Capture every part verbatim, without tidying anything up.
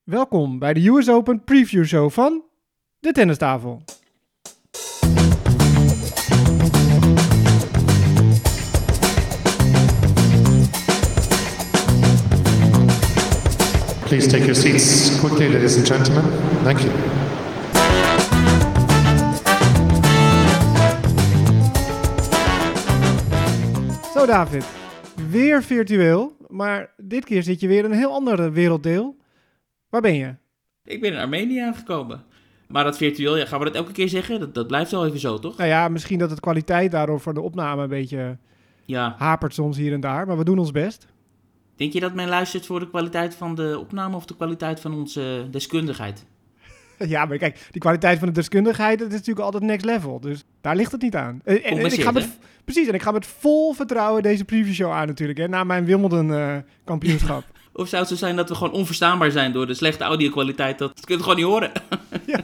Welkom bij de U S Open Preview Show van de Tennistafel. Please take your seats quickly, ladies and gentlemen. Thank you. Zo David, weer virtueel, maar dit keer zit je weer in een heel ander werelddeel. Waar ben je? Ik ben in Armenië aangekomen. Maar dat virtueel, ja, gaan we dat elke keer zeggen? Dat, dat blijft wel even zo, toch? Nou ja, misschien dat de kwaliteit daardoor voor de opname een beetje Ja. hapert soms hier en daar, maar we doen ons best. Denk je dat men luistert voor de kwaliteit van de opname of de kwaliteit van onze deskundigheid? Ja, maar kijk, die kwaliteit van de deskundigheid, dat is natuurlijk altijd next level. Dus daar ligt het niet aan. En, en, en ik ga met, precies, en ik ga met vol vertrouwen deze previewshow aan natuurlijk, hè, na mijn Wimbledon-kampioenschap. Uh, Of zou het zo zijn dat we gewoon onverstaanbaar zijn door de slechte audio-kwaliteit? Dat, dat kun je gewoon niet horen. Ja.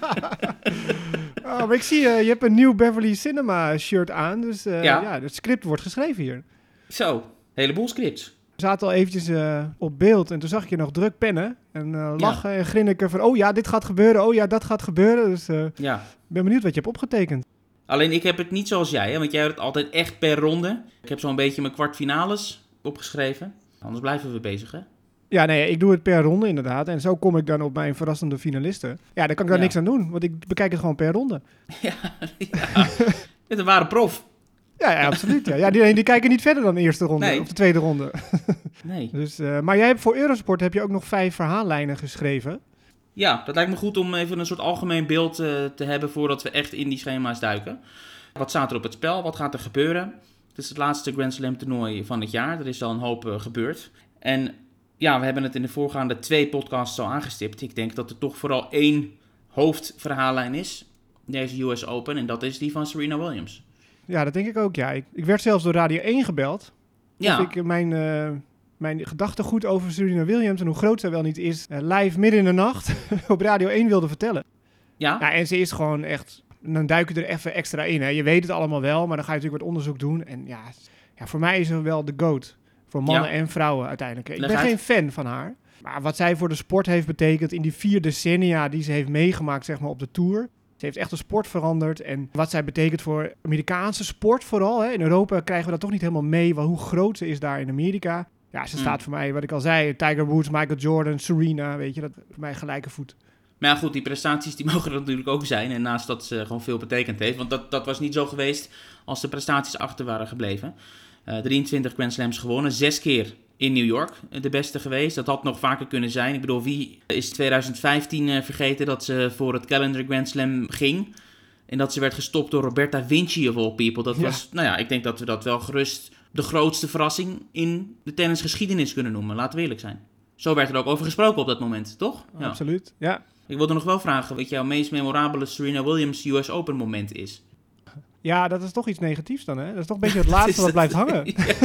Oh, maar ik zie, uh, je hebt een nieuw Beverly Cinema shirt aan, dus uh, ja. ja, het script wordt geschreven hier. Zo, een heleboel scripts. We zaten al eventjes uh, op beeld en toen zag ik je nog druk pennen en uh, lachen ja. en grinniken van oh ja, dit gaat gebeuren, oh ja, dat gaat gebeuren. Dus uh, ja. ik ben benieuwd wat je hebt opgetekend. Alleen ik heb het niet zoals jij, hè, want jij hebt het altijd echt per ronde. Ik heb zo'n beetje mijn kwartfinales opgeschreven. Anders blijven we bezig, hè? Ja, nee, ik doe het per ronde inderdaad. En zo kom ik dan op mijn verrassende finalisten. Ja, daar kan ik daar ja. niks aan doen, want ik bekijk het gewoon per ronde. Ja, ja. Je bent een ware prof. Ja, ja, absoluut. Ja. Ja, die, die kijken niet verder dan de eerste ronde nee. of de tweede ronde. Nee. Dus, uh, maar jij hebt voor Eurosport heb je ook nog vijf verhaallijnen geschreven. Ja, dat lijkt me goed om even een soort algemeen beeld uh, te hebben voordat we echt in die schema's duiken. Wat staat er op het spel? Wat gaat er gebeuren? Het is het laatste Grand Slam toernooi van het jaar. Er is al een hoop uh, gebeurd. En ja, we hebben het in de voorgaande twee podcasts al aangestipt. Ik denk dat er toch vooral één hoofdverhaallijn is. Deze U S Open. En dat is die van Serena Williams. Ja, dat denk ik ook, ja. Ik, ik werd zelfs door Radio één gebeld. Ja. Of ik mijn, uh, mijn gedachtegoed over Serena Williams en hoe groot zij wel niet is, uh, live midden in de nacht op Radio één wilde vertellen. Ja? Ja, en ze is gewoon echt, dan duik je er even extra in. Hè. Je weet het allemaal wel, maar dan ga je natuurlijk wat onderzoek doen. En ja, ja voor mij is ze wel de GOAT. Voor mannen ja. en vrouwen uiteindelijk. Ik Leg ben uit. geen fan van haar. Maar wat zij voor de sport heeft betekend in die vier decennia die ze heeft meegemaakt, zeg maar, op de Tour. Ze heeft echt de sport veranderd. En wat zij betekent voor Amerikaanse sport vooral. Hè. In Europa krijgen we dat toch niet helemaal mee. Hoe groot ze is daar in Amerika. Ja, ze staat mm. voor mij, wat ik al zei, Tiger Woods, Michael Jordan, Serena. Weet je, dat voor mij gelijke voet. Maar ja, goed, die prestaties die mogen er natuurlijk ook zijn. En naast dat ze gewoon veel betekend heeft. Want dat, dat was niet zo geweest als de prestaties achter waren gebleven. Uh, drieëntwintig Grand Slams gewonnen, zes keer in New York de beste geweest. Dat had nog vaker kunnen zijn. Ik bedoel, wie is twintig vijftien uh, vergeten dat ze voor het Calendar Grand Slam ging? En dat ze werd gestopt door Roberta Vinci of all people. Dat was, ja. nou ja, ik denk dat we dat wel gerust de grootste verrassing in de tennisgeschiedenis kunnen noemen. Laten we eerlijk zijn. Zo werd er ook over gesproken op dat moment, toch? Ja. Absoluut, ja. Ik wilde nog wel vragen wat jouw meest memorabele Serena Williams U S Open moment is. Ja, dat is toch iets negatiefs dan, hè? Dat is toch een beetje het laatste wat blijft hangen.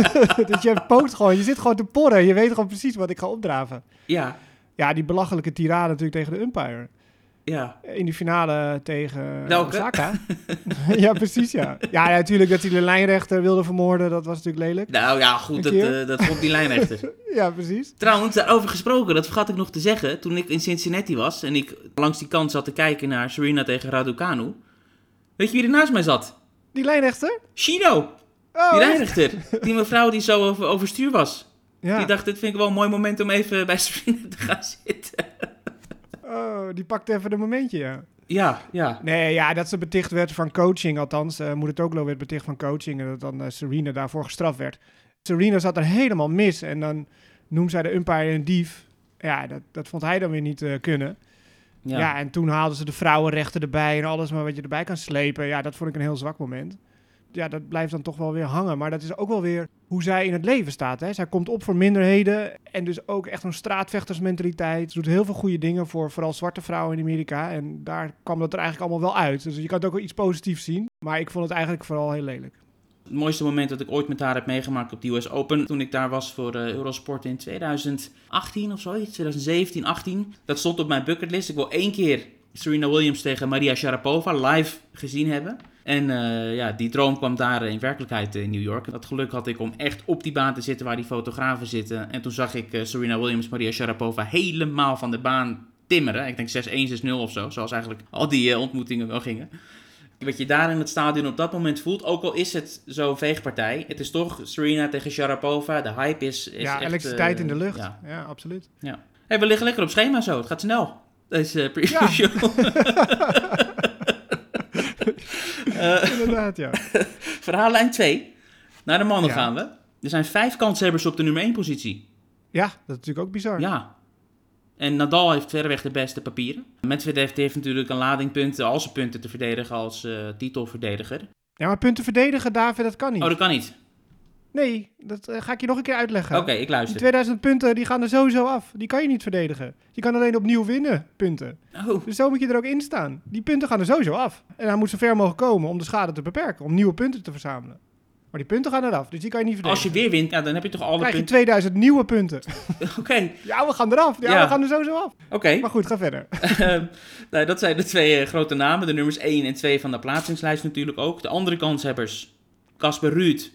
Dus je pookt gewoon, je zit gewoon te porren. Je weet gewoon precies wat ik ga opdraven. Ja. Ja, die belachelijke tirade natuurlijk tegen de umpire. Ja. In die finale tegen Welke? Osaka. Ja, precies, ja. Ja, natuurlijk dat hij de lijnrechter wilde vermoorden, dat was natuurlijk lelijk. Nou ja, goed, dat, uh, dat vond die lijnrechter. Ja, precies. Trouwens, daarover gesproken, dat vergat ik nog te zeggen. Toen ik in Cincinnati was en ik langs die kant zat te kijken naar Serena tegen Raducanu. Weet je wie er naast mij zat? Die lijnrechter? Shino. Oh, die lijnrechter. Die mevrouw die zo over, overstuur was. Ja. Die dacht, dit vind ik wel een mooi moment om even bij Serena te gaan zitten. Oh, die pakte even een momentje, ja. Ja, ja. Nee, ja, dat ze beticht werd van coaching, althans. Uh, Moedetoglu werd beticht van coaching en dat dan uh, Serena daarvoor gestraft werd. Serena zat er helemaal mis en dan noemt zij de umpire een dief. Ja, dat, dat vond hij dan weer niet uh, kunnen. Ja. ja, en toen haalden ze de vrouwenrechten erbij en alles maar wat je erbij kan slepen. Ja, dat vond ik een heel zwak moment. Ja, dat blijft dan toch wel weer hangen. Maar dat is ook wel weer hoe zij in het leven staat. Hè? Zij komt op voor minderheden en dus ook echt een straatvechtersmentaliteit. Ze doet heel veel goede dingen voor vooral zwarte vrouwen in Amerika. En daar kwam dat er eigenlijk allemaal wel uit. Dus je kan het ook wel iets positiefs zien. Maar ik vond het eigenlijk vooral heel lelijk. Het mooiste moment dat ik ooit met haar heb meegemaakt op de U S Open, toen ik daar was voor uh, Eurosport in twintig achttien of zoiets, twintig zeventien, achttien. Dat stond op mijn bucketlist. Ik wil één keer Serena Williams tegen Maria Sharapova live gezien hebben. En uh, ja, die droom kwam daar in werkelijkheid in New York. Dat geluk had ik om echt op die baan te zitten waar die fotografen zitten. En toen zag ik uh, Serena Williams, Maria Sharapova helemaal van de baan timmeren. Ik denk zes één, zes nul of zo, zoals eigenlijk al die uh, ontmoetingen wel gingen. Wat je daar in het stadion op dat moment voelt, ook al is het zo'n veegpartij, het is toch Serena tegen Sharapova, de hype is, is ja, echt... elektriciteit uh, in de lucht. Ja, ja absoluut. Ja. Hey, we liggen lekker op schema zo, het gaat snel. Deze uh, preview show. Ja. uh, Inderdaad, ja. Verhaallijn twee. Naar de mannen ja. gaan we. Er zijn vijf kanshebbers op de nummer één positie. Ja, dat is natuurlijk ook bizar. Ja. En Nadal heeft verreweg de beste papieren. Medvedev heeft natuurlijk een lading punten, al zijn punten te verdedigen als uh, titelverdediger. Ja, maar punten verdedigen, David, dat kan niet. Oh, dat kan niet? Nee, dat uh, ga ik je nog een keer uitleggen. Oké, okay, ik luister. Die tweeduizend punten, die gaan er sowieso af. Die kan je niet verdedigen. Je kan alleen opnieuw winnen, punten. Oh. Dus zo moet je er ook in staan. Die punten gaan er sowieso af. En hij moet zo ver mogelijk komen om de schade te beperken. Om nieuwe punten te verzamelen. Maar die punten gaan eraf, dus die kan je niet verdedigen. Als je weer wint, ja, dan heb je toch alle punten... krijg je punten... tweeduizend nieuwe punten. Oké. Okay. Ja, we gaan eraf. Ja, ja. we gaan er sowieso af. Oké. Okay. Maar goed, ga verder. uh, nou, dat zijn de twee uh, grote namen. De nummers één en twee van de plaatsingslijst natuurlijk ook. De andere kanshebbers. Casper Ruud.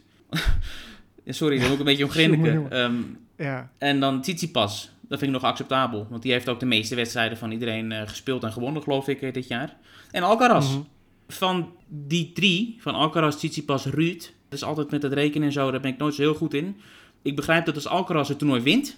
Sorry, daar moet ik een beetje om grinniken. Um, ja. En dan Tsitsipas. Dat vind ik nog acceptabel. Want die heeft ook de meeste wedstrijden van iedereen uh, gespeeld en gewonnen, geloof ik, dit jaar. En Alcaraz. Mm-hmm. Van die drie, van Alcaraz, Tsitsipas, Ruud... Dat is altijd met het rekenen en zo, daar ben ik nooit zo heel goed in. Ik begrijp dat als Alcaraz het toernooi wint,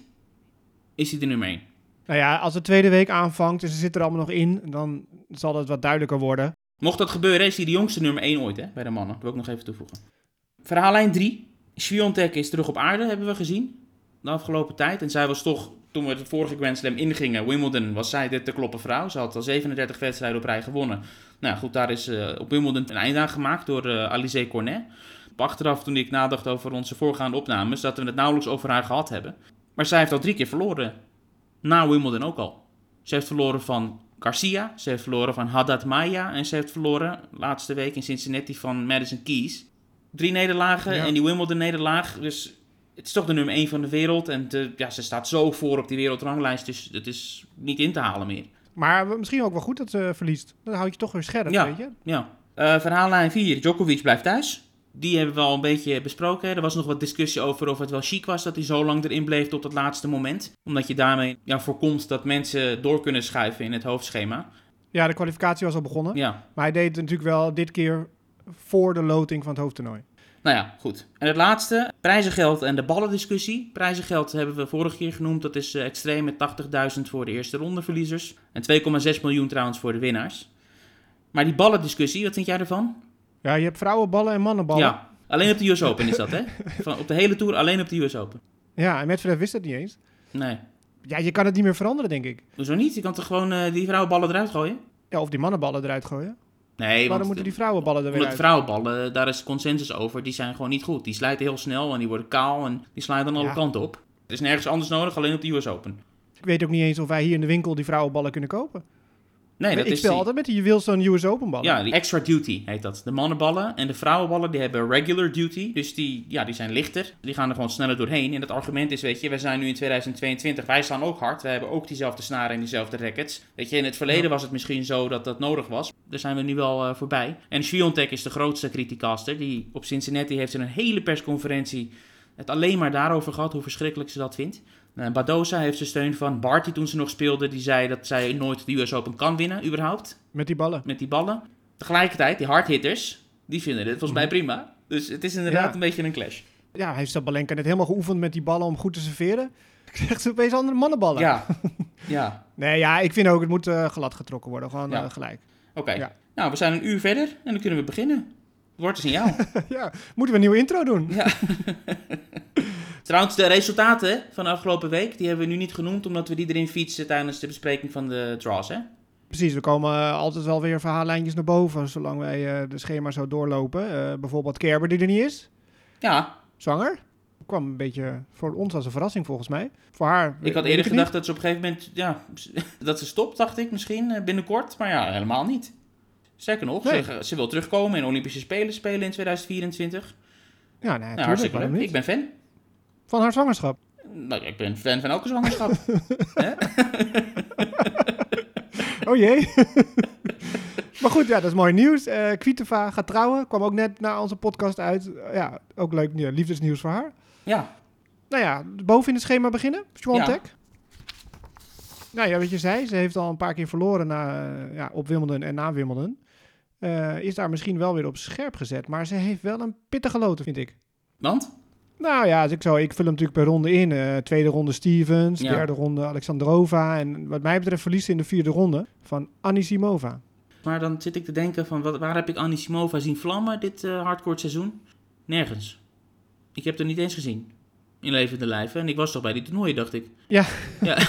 is hij de nummer één. Nou ja, als de tweede week aanvangt en ze zitten er allemaal nog in, dan zal dat wat duidelijker worden. Mocht dat gebeuren, is hij de jongste nummer één ooit, hè, bij de mannen. Dat wil ik nog even toevoegen. Verhaallijn drie. Swiatek is terug op aarde, hebben we gezien. De afgelopen tijd. En zij was toch, toen we de vorige Grand Slam ingingen, Wimbledon, was zij de te kloppen vrouw. Ze had al zevenendertig wedstrijden op rij gewonnen. Nou goed, daar is uh, op Wimbledon een einde aan gemaakt door uh, Alizé Cornet. Achteraf, toen ik nadacht over onze voorgaande opnames, dat we het nauwelijks over haar gehad hebben. Maar zij heeft al drie keer verloren. Na Wimbledon ook al. Ze heeft verloren van Garcia, ze heeft verloren van Haddad Maia en ze heeft verloren, laatste week in Cincinnati, van Madison Keys. Drie nederlagen ja. En die Wimbledon-nederlaag. Dus het is toch de nummer één van de wereld. En de, ja, ze staat zo voor op die wereldranglijst, dus het is niet in te halen meer. Maar misschien ook wel goed dat ze verliest. Dan houd je toch weer scherp, ja, weet je? Ja. Uh, verhaallijn vier. Djokovic blijft thuis. Die hebben we al een beetje besproken. Er was nog wat discussie over of het wel chic was dat hij zo lang erin bleef tot het laatste moment. Omdat je daarmee ja, voorkomt dat mensen door kunnen schuiven in het hoofdschema. Ja, de kwalificatie was al begonnen. Ja. Maar hij deed het natuurlijk wel dit keer voor de loting van het hoofdtoernooi. Nou ja, goed. En het laatste, prijzengeld en de ballendiscussie. Prijzengeld hebben we vorige keer genoemd. Dat is uh, extreem met tachtigduizend voor de eerste ronde verliezers. En twee komma zes miljoen trouwens voor de winnaars. Maar die ballendiscussie, wat vind jij ervan? Ja, je hebt vrouwenballen en mannenballen. Ja, alleen op de U S Open is dat, hè? Van, op de hele Tour alleen op de U S Open. Ja, en Medvedev wist dat niet eens. Nee. Ja, je kan het niet meer veranderen, denk ik. Hoezo niet? Je kan toch gewoon uh, die vrouwenballen eruit gooien? Ja, of die mannenballen eruit gooien. Nee, Waarom want moeten die vrouwenballen er weer omdat uit? de vrouwenballen, daar is consensus over, die zijn gewoon niet goed. Die slijten heel snel en die worden kaal en die slijten dan alle ja. kanten op. Het is nergens anders nodig, alleen op de U S Open. Ik weet ook niet eens of wij hier in de winkel die vrouwenballen kunnen kopen. Nee, dat ik is speel die... altijd met die Wilson U S Open ballen. Ja, die extra duty heet dat. De mannenballen en de vrouwenballen die hebben regular duty. Dus die, ja, die zijn lichter. Die gaan er gewoon sneller doorheen. En het argument is, weet je, wij zijn nu in tweeduizend tweeëntwintig. Wij staan ook hard. We hebben ook diezelfde snaren en diezelfde rackets. Weet je, in het verleden ja. was het misschien zo dat dat nodig was. Daar zijn we nu wel uh, voorbij. En Swiatek is de grootste criticaster. Die op Cincinnati heeft in een hele persconferentie het alleen maar daarover gehad, hoe verschrikkelijk ze dat vindt. Uh, Badosa heeft de steun van Barty toen ze nog speelde. Die zei dat zij nooit de U S Open kan winnen, überhaupt. Met die ballen. Met die ballen. Tegelijkertijd, die hardhitters, die vinden dit volgens mij prima. Dus het is inderdaad ja. een beetje een clash. Ja, heeft Sabalenka net helemaal geoefend met die ballen om goed te serveren. Krijgt ze opeens andere mannenballen. Ja, ja. Nee, ja, ik vind ook, het moet uh, glad getrokken worden. Gewoon ja. uh, gelijk. Oké. Okay. Ja. Nou, we zijn een uur verder en dan kunnen we beginnen. Het wordt een signaal. Ja, moeten we een nieuwe intro doen? Ja. Trouwens, de resultaten van de afgelopen week, die hebben we nu niet genoemd, omdat we die erin fietsen tijdens de bespreking van de draws, hè? Precies, er komen uh, altijd wel weer verhaallijntjes naar boven, zolang wij uh, de schema zo doorlopen. Uh, bijvoorbeeld Kerber, die er niet is. Ja. Zwanger. Kwam een beetje voor ons als een verrassing, volgens mij. Voor haar. Ik had eerder gedacht niet. dat ze op een gegeven moment, ja, dat ze stopt, dacht ik misschien, uh, binnenkort. Maar ja, helemaal niet. Sterker nog, nee. ze, ze wil terugkomen en Olympische Spelen spelen in tweeduizend vierentwintig. Ja, nee, nou, hartstikke leuk. Ik ben fan. Van haar zwangerschap? Nou, ik ben fan van elke zwangerschap. Oh jee. Maar goed, ja, dat is mooi nieuws. Uh, Kvitova gaat trouwen. Kwam ook net naar onze podcast uit. Uh, ja, ook leuk ja, liefdesnieuws voor haar. Ja. Nou ja, boven in het schema beginnen. Swiatek. Ja. Nou ja, wat je zei, ze heeft al een paar keer verloren na, uh, ja, op Wimbledon en na Wimbledon. Uh, is daar misschien wel weer op scherp gezet. Maar ze heeft wel een pittige loten, vind ik. Want? Nou ja, als ik, zo, ik vul hem natuurlijk per ronde in. Uh, tweede ronde Stevens, ja. derde ronde Alexandrova. En wat mij betreft verliest ze in de vierde ronde van Anisimova. Maar dan zit ik te denken van, wat, waar heb ik Anisimova zien vlammen dit uh, hardcourt seizoen? Nergens. Ik heb er niet eens gezien. In levende lijven. En ik was toch bij die toernooien, dacht ik. Ja. Ja.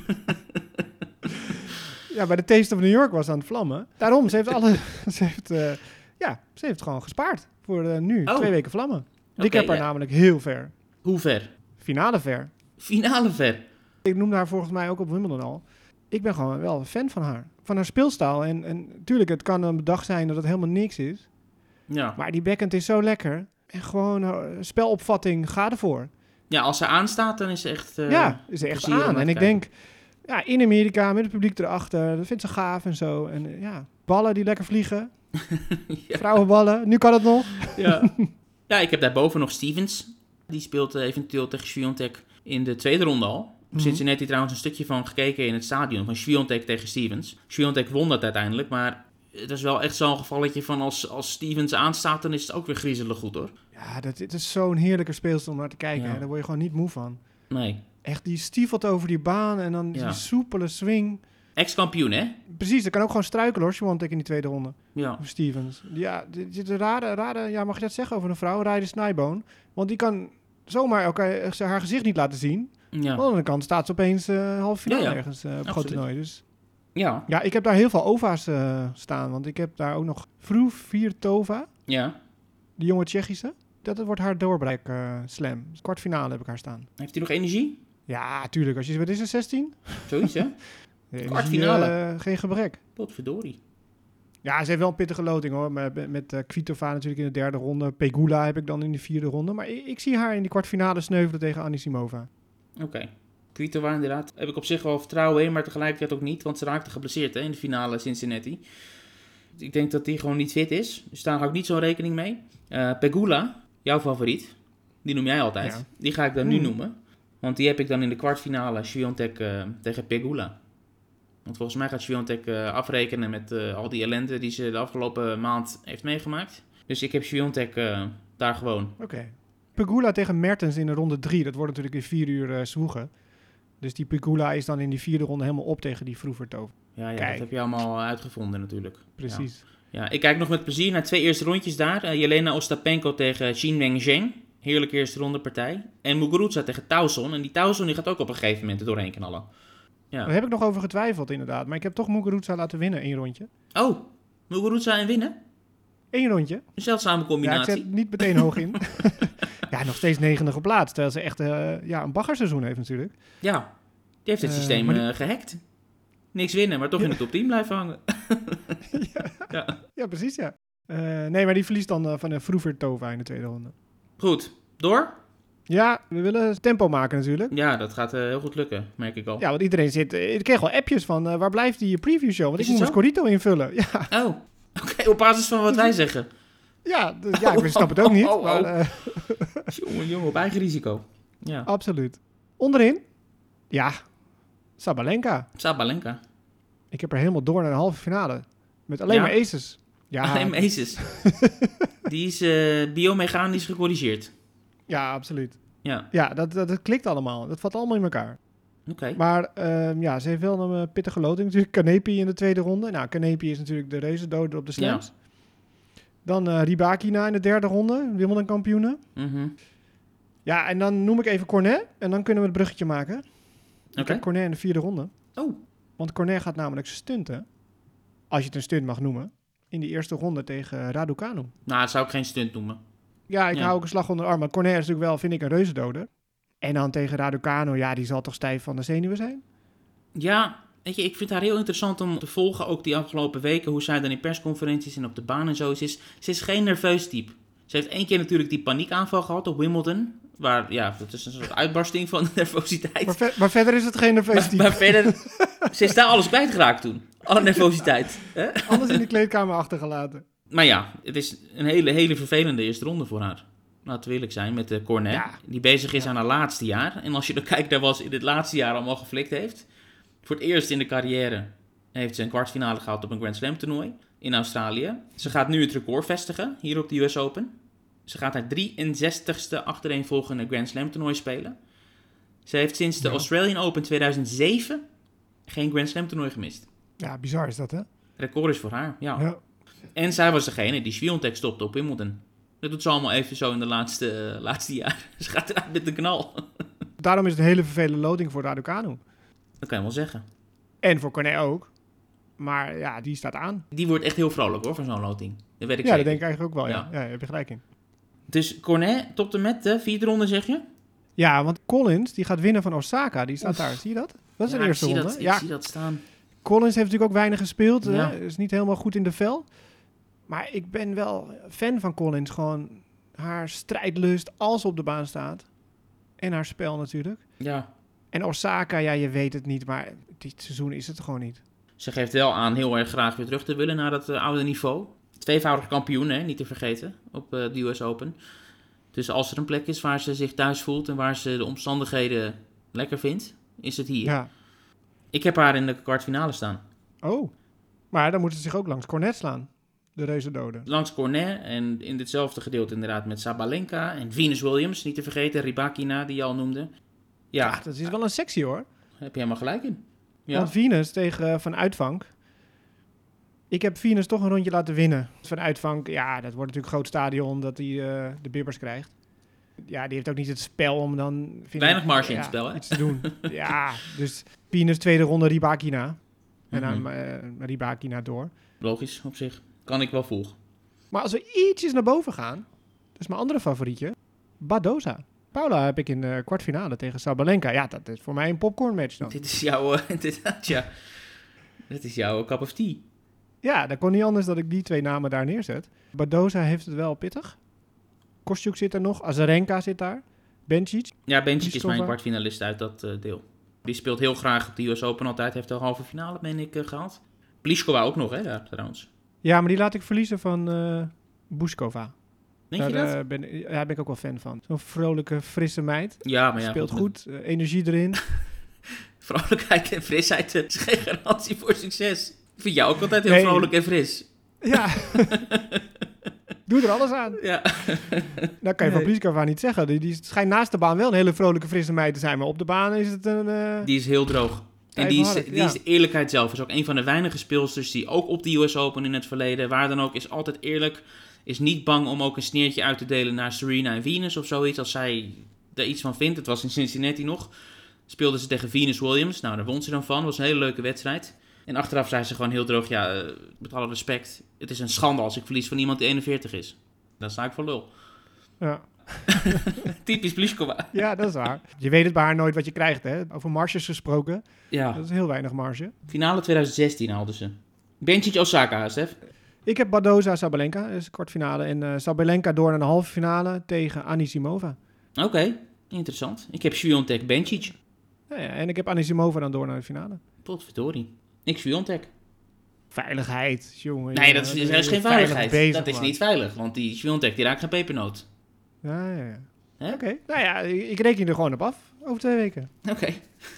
Ja, bij de Taste of New York was aan het vlammen. Daarom, ze heeft alle... ze heeft, uh, ja, ze heeft gewoon gespaard voor uh, nu. Oh. Twee weken vlammen. Okay, ik heb haar ja. namelijk heel ver. Hoe ver? Finale ver. Finale ver? Ik noemde haar volgens mij ook op Wimbledon al. Ik ben gewoon wel een fan van haar. Van haar speelstijl. En, en natuurlijk, het kan een dag zijn dat het helemaal niks is. Ja. Maar die backhand is zo lekker. En gewoon uh, spelopvatting, ga ervoor. Ja, als ze aanstaat, dan is ze echt... Uh, ja, is ze echt aan. En ik denk, ja, in Amerika, met het publiek erachter, dat vindt ze gaaf en zo. En uh, ja, ballen die lekker vliegen. Ja. Vrouwenballen, nu kan het nog. Ja. Ja, ik heb daarboven nog Stevens. Die speelt uh, eventueel tegen Swiatek in de tweede ronde al. Mm-hmm. Cincinnati trouwens een stukje van gekeken in het stadion, van Swiatek tegen Stevens. Swiatek won dat uiteindelijk, maar het is wel echt zo'n gevalletje van als, als Stevens aanstaat, dan is het ook weer griezelig goed, hoor. Ja, dat, het is zo'n heerlijke speelstijl om naar te kijken. Ja. Daar word je gewoon niet moe van. Nee. Echt, die stiefelt over die baan en dan ja. die soepele swing. Ex-kampioen, hè? Precies, dat kan ook gewoon struikelen, hoor, Swiatek in die tweede ronde. Ja. Of Stevens. Ja, dit is een rare, rare, ja, mag je dat zeggen over een vrouw? Ryder Snijboon. Want die kan zomaar elkaar, haar gezicht niet laten zien. Ja. Aan de andere kant staat ze opeens uh, halve finale ja, ja. ergens uh, op groot toernooi. Dus ja. ja, ik heb daar heel veel ova's uh, staan. Want ik heb daar ook nog Fruhvirtova. Ja. Die jonge Tsjechische. Dat wordt haar doorbraak uh, slam. Kwartfinale heb ik haar staan. Heeft hij nog energie? Ja, tuurlijk. Als je, wat is er, zestien? Zoiets, hè? Ja, Kwartfinale. Uh, geen gebrek. Potverdorie. Ja, ze heeft wel een pittige loting, hoor. Met, met uh, Kvitova natuurlijk in de derde ronde. Pegula heb ik dan in de vierde ronde. Maar ik, ik zie haar in die kwartfinale sneuvelen tegen Anisimova. Oké. Okay. Kvitova inderdaad. Heb ik op zich wel vertrouwen in, maar tegelijkertijd ook niet. Want ze raakte geblesseerd, hè, in de finale Cincinnati. Ik denk dat die gewoon niet fit is. Dus daar hou ik niet zo'n rekening mee. Uh, Pegula, jouw favoriet. Die noem jij altijd. Ja. Die ga ik dan mm. nu noemen. Want die heb ik dan in de kwartfinale Swiatek uh, tegen Pegula. Want volgens mij gaat Swiatek uh, afrekenen met uh, al die ellende die ze de afgelopen maand heeft meegemaakt. Dus ik heb Swiatek uh, daar gewoon. Oké. Okay. Pegula tegen Mertens in de ronde drie. Dat wordt natuurlijk in vier uur uh, zwoegen. Dus die Pegula is dan in die vierde ronde helemaal op tegen die Fruhvirtova. Ja, ja, dat heb je allemaal uitgevonden natuurlijk. Precies. Ja. ja, ik kijk nog met plezier naar twee eerste rondjes daar. Uh, Jelena Ostapenko tegen Qinwen Zheng. Heerlijke eerste ronde partij. En Muguruza tegen Tauson. En die Tauson die gaat ook op een gegeven moment er doorheen knallen. Ja. Daar heb ik nog over getwijfeld inderdaad. Maar ik heb toch Muguruza laten winnen, één rondje. Oh, Muguruza en winnen? Eén rondje. Een zeldzame combinatie. Ja, ik zet niet meteen hoog in. Ja, nog steeds negende geplaatst. Terwijl ze echt uh, ja, een baggerseizoen heeft natuurlijk. Ja, die heeft het uh, systeem die... uh, gehackt. Niks winnen, maar toch ja. in de top tien blijven hangen. ja. Ja. ja, precies ja. Uh, nee, maar die verliest dan uh, van een Fruhvirtova in de tweede ronde. Goed, door? Ja, we willen tempo maken natuurlijk. Ja, dat gaat uh, heel goed lukken, merk ik al. Ja, want iedereen zit... Uh, ik kreeg wel appjes van, uh, waar blijft die preview show? Want Is ik moet mijn Scorito invullen. Ja. Oh, oké, okay, op basis van wat wij zeggen. Ja, dus, ja ik snap het ook niet. Oh, oh, maar, uh, jongen, jongen, op eigen risico. Ja. Absoluut. Onderin? Ja, Sabalenka. Sabalenka. Ik heb er helemaal door naar de halve finale. Met alleen ja? maar aces. Ja. Alleen maar aces. Die is uh, biomechanisch gecorrigeerd. Ja, absoluut. Ja, ja dat, dat, dat klikt allemaal. Dat valt allemaal in elkaar. Oké. Okay. Maar uh, ja, ze heeft wel een uh, pittige loting. Natuurlijk Kanepi in de tweede ronde. Nou, Kanepi is natuurlijk de racedoder op de slams. Ja. Dan uh, Rybakina in de derde ronde. Wimbledon kampioene. Mm-hmm. Ja, en dan noem ik even Cornet. En dan kunnen we het bruggetje maken. Oké. Okay. Ik heb Cornet in de vierde ronde. Oh. Want Cornet gaat namelijk stunten. Als je het een stunt mag noemen. In die eerste ronde tegen Raducanu. Nou, dat zou ik geen stunt noemen. Ja, ik ja. hou ook een slag onder de arm. Maar Cornet is natuurlijk wel, vind ik, een reuzendoder. En dan tegen Raducanu, ja, die zal toch stijf van de zenuwen zijn? Ja, weet je, ik vind haar heel interessant om te volgen. Ook die afgelopen weken, hoe zij dan in persconferenties en op de baan en zo is. Ze is geen nerveus type. Ze heeft één keer natuurlijk die paniekaanval gehad op Wimbledon. Waar, ja, dat is een soort uitbarsting van nervositeit. Maar, ver, maar verder is het geen nerveus type. Maar, maar verder, ze is daar alles kwijtgeraakt toen. Alle nervositeit. Hè? Alles in de kleedkamer achtergelaten. Maar ja, het is een hele, hele vervelende eerste ronde voor haar. Laten we eerlijk zijn met de Cornet. Ja. Die bezig is ja. aan haar laatste jaar. En als je dan kijkt naar wat ze in het laatste jaar allemaal geflikt heeft. Voor het eerst in de carrière heeft ze een kwartfinale gehaald op een Grand Slam toernooi in Australië. Ze gaat nu het record vestigen hier op de U S Open. Ze gaat haar drieënzestigste achtereenvolgende Grand Slam toernooi spelen. Ze heeft sinds de Ja. Australian Open tweeduizend zeven geen Grand Slam toernooi gemist. Ja, bizar is dat, hè? Het record is voor haar, ja. Ja. En zij was degene die Swiatek stopte op Wimbledon. Dat doet ze allemaal even zo in de laatste, uh, laatste jaren. Ze gaat eruit met de knal. Daarom is het een hele vervelende loting voor Raducanu. Dat kan je wel zeggen. En voor Cornet ook. Maar ja, die staat aan. Die wordt echt heel vrolijk hoor, van zo'n loting. Dat weet ik Ja, zeker. dat denk ik eigenlijk ook wel, ja. Ja. Ja, daar heb je gelijk in. Dus Cornet topte met de vierde ronde, zeg je? Ja, want Collins, die gaat winnen van Osaka. Die staat Oef. daar. Zie je dat? Dat is Ja, de eerste ik zie ronde. Dat, ja, ik zie dat staan. Collins heeft natuurlijk ook weinig gespeeld. Ja. Hè? Is niet helemaal goed in de vel. Maar ik ben wel fan van Collins. Gewoon haar strijdlust als ze op de baan staat. En haar spel natuurlijk. Ja, En Osaka, ja, je weet het niet. Maar dit seizoen is het gewoon niet. ze geeft wel aan heel erg graag weer terug te willen naar dat uh, oude niveau. Tweevoudig kampioen, hè, niet te vergeten, op uh, de U S Open. Dus als er een plek is waar ze zich thuis voelt en waar ze de omstandigheden lekker vindt, is het hier. Ja. Ik heb haar in de kwartfinale staan. Oh. Maar dan moeten ze zich ook langs Cornet slaan. De reuzendoden. Langs Cornet en in ditzelfde gedeelte inderdaad met Sabalenka en Venus Williams, niet te vergeten, Rybakina die je al noemde. Ja, Ja, dat is wel een sexy hoor. daar heb je helemaal gelijk in. Ja. Want Venus tegen uh, Van Uitvank. Ik heb Venus toch een rondje laten winnen. Van Uitvank, ja, dat wordt natuurlijk een groot stadion dat hij uh, de bibbers krijgt. Ja, die heeft ook niet het spel om dan... Vind Weinig ik, marge in ja, het spel, hè? iets te doen. Ja, dus Venus tweede ronde Rybakina. En dan Mhm. uh, Rybakina door. Logisch op zich. Kan ik wel volgen. Maar als we ietsjes naar boven gaan... Dat is mijn andere favorietje. Badoza. Paula heb ik in de kwartfinale tegen Sabalenka. Ja, dat is voor mij een popcorn match dan. Dit is jouw, uh, inderdaad, ja. Dit is jouw cup of tea. Ja, dat kon niet anders dat ik die twee namen daar neerzet. Badoza heeft het wel pittig. Kostjuk zit er nog. Azarenka zit daar. Bencic. Ja, Bencic is Pliskova. mijn kwartfinalist uit dat uh, deel. Die speelt heel graag op de U S Open altijd. Heeft de halve finale, ben ik, uh, gehaald. Pliskova ook nog, hè, daar, trouwens. Ja, maar die laat ik verliezen van uh, Buskova. Denk je daar dat? uh, ben, ja, daar ben ik ook wel fan van. Zo'n vrolijke, frisse meid. Ja, maar ja. Speelt goed. Uh, energie erin. Vrolijkheid en frisheid uh, is geen garantie voor succes. Ik vind jou ook altijd heel Nee. vrolijk en fris. Ja. Doe er alles aan. Ja. Dat kan je van Nee. Pliskova niet zeggen. Die, die schijnt naast de baan wel een hele vrolijke, frisse meid te zijn. Maar op de baan is het een... Uh, Die is heel droog. En die is, Stijfhartig, die ja. is de eerlijkheid zelf. Is ook een van de weinige speelsters die ook op de U S Open in het verleden, waar dan ook, is altijd eerlijk. Is niet bang om ook een sneertje uit te delen naar Serena en Venus of zoiets. Als zij er iets van vindt. Het was in Cincinnati nog. Speelde ze tegen Venus Williams. Nou, daar won ze dan van. Was een hele leuke wedstrijd. En achteraf zei ze gewoon heel droog, ja, uh, met alle respect. Het is een schande als ik verlies van iemand die eenenveertig is. Dan sta ik voor lul. ja. Typisch Pliskova. ja, dat is waar. Je weet het bij haar nooit wat je krijgt, hè. Over marges gesproken. Ja, Dat is heel weinig marge. finale twintig zestien haalden ze. Bencic Osaka, Stef. Ik heb Badoza Sabalenka, dat is de kwartfinale. En uh, Sabalenka door naar de halve finale tegen Anisimova. Oké, okay, interessant. Ik heb Swiatek Bencic. Ja, ja, en ik heb Anisimova dan door naar de finale. Potverdorie. Ik Swiatek. Veiligheid, jongen. Nee, dat is, jongen, dat is geen veilig veiligheid. bezig, dat is man. niet veilig, want die Swiatek die raakt geen pepernoot. Ja, ja, ja. Hè? Oké, nou ja, ik, ik reken er gewoon op af. Over twee weken. Oké. Okay.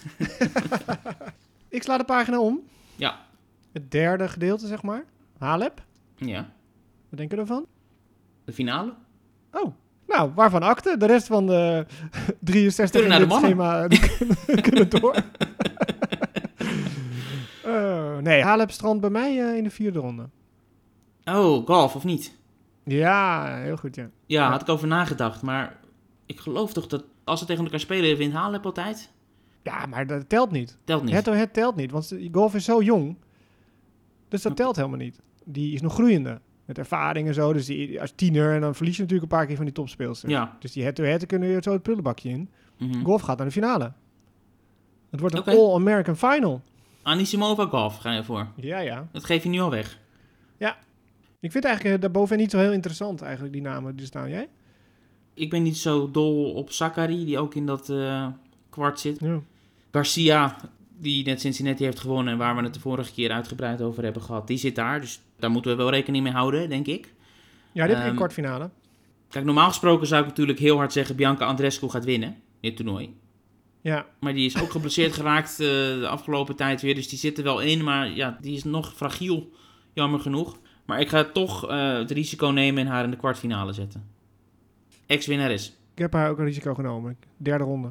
Ik sla de pagina om. Ja. Het derde gedeelte, zeg maar. Halep. Ja. Wat denk je ervan? De finale? Oh, nou, waarvan akte? De rest van de drieënzestig Kunnen in naar dit de mannen. schema die kunnen, kunnen door. uh, nee, Halep strand bij mij uh, in de vierde ronde. Oh, golf of niet? Ja, heel goed, ja. Ja, Ja. had ik over nagedacht. Maar ik geloof toch dat als ze tegen elkaar spelen, wint Halep altijd? Ja, maar dat telt niet. Telt niet. Het telt niet, want golf is zo jong. Dus dat telt helemaal niet. Die is nog groeiende. Met ervaring en zo. Dus die, als tiener, en dan verlies je natuurlijk een paar keer van die topspeelsters. Ja. Dus die head-to-head kunnen weer zo het prullenbakje in. Mhm. Golf gaat naar de finale. Het wordt een Oké. All-American Final. Anisimova golf ga je voor. Ja, ja. Dat geef je nu al weg. Ik vind eigenlijk uh, daarboven niet zo heel interessant eigenlijk, die namen die er staan. Jij? Ik ben niet zo dol op Sakkari, die ook in dat uh, kwart zit. Ja. Garcia, die net Cincinnati heeft gewonnen en waar we het de vorige keer uitgebreid over hebben gehad, die zit daar. Dus daar moeten we wel rekening mee houden, denk ik. Ja, dit heb ik Ehm, kwartfinale. Kijk, normaal gesproken zou ik natuurlijk heel hard zeggen Bianca Andreescu gaat winnen, dit toernooi. Ja. Maar die is ook geblesseerd geraakt uh, de afgelopen tijd weer. Dus die zit er wel in. Maar ja, die is nog fragiel. Jammer genoeg. Maar ik ga toch uh, het risico nemen en haar in de kwartfinale zetten. Ex-winnares. Ik heb haar ook een risico genomen. Derde ronde.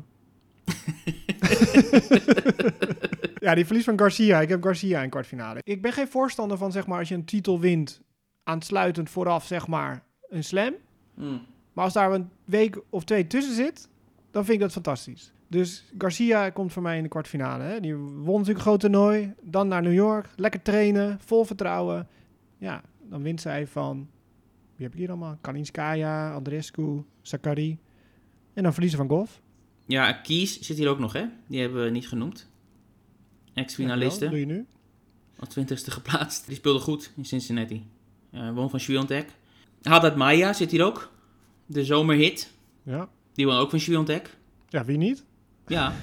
Ja, die verlies van Garcia. Ik heb Garcia in kwartfinale. Ik ben geen voorstander van, zeg maar, als je een titel wint, aansluitend vooraf, zeg maar, een slam. Mm. Maar als daar een week of twee tussen zit, dan vind ik dat fantastisch. Dus Garcia komt voor mij in de kwartfinale. Hè. Die won natuurlijk een groot toernooi. Dan naar New York. Lekker trainen. Vol vertrouwen. Ja, dan wint zij van... Wie heb ik hier allemaal? Kalinskaya, Andreescu, Sakkari. En dan verliezen van Goff. Ja, Kies zit hier ook nog, hè? Die hebben we niet genoemd. Ex-finaliste. Ja, doe je nu? Als twintigste geplaatst. Die speelde goed in Cincinnati. Uh, won van Swiatek. Haddad Maia zit hier ook. De zomerhit. Ja. Die won ook van Swiatek. Ja, wie niet? Ja.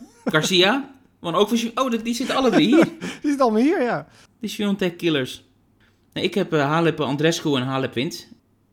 Garcia won ook van Swiatek. Oh, die zitten alle drie hier. Die zit allemaal hier, ja. Die Swiatek killers. Nee, ik heb uh, Halep Andreescu en Halep wint.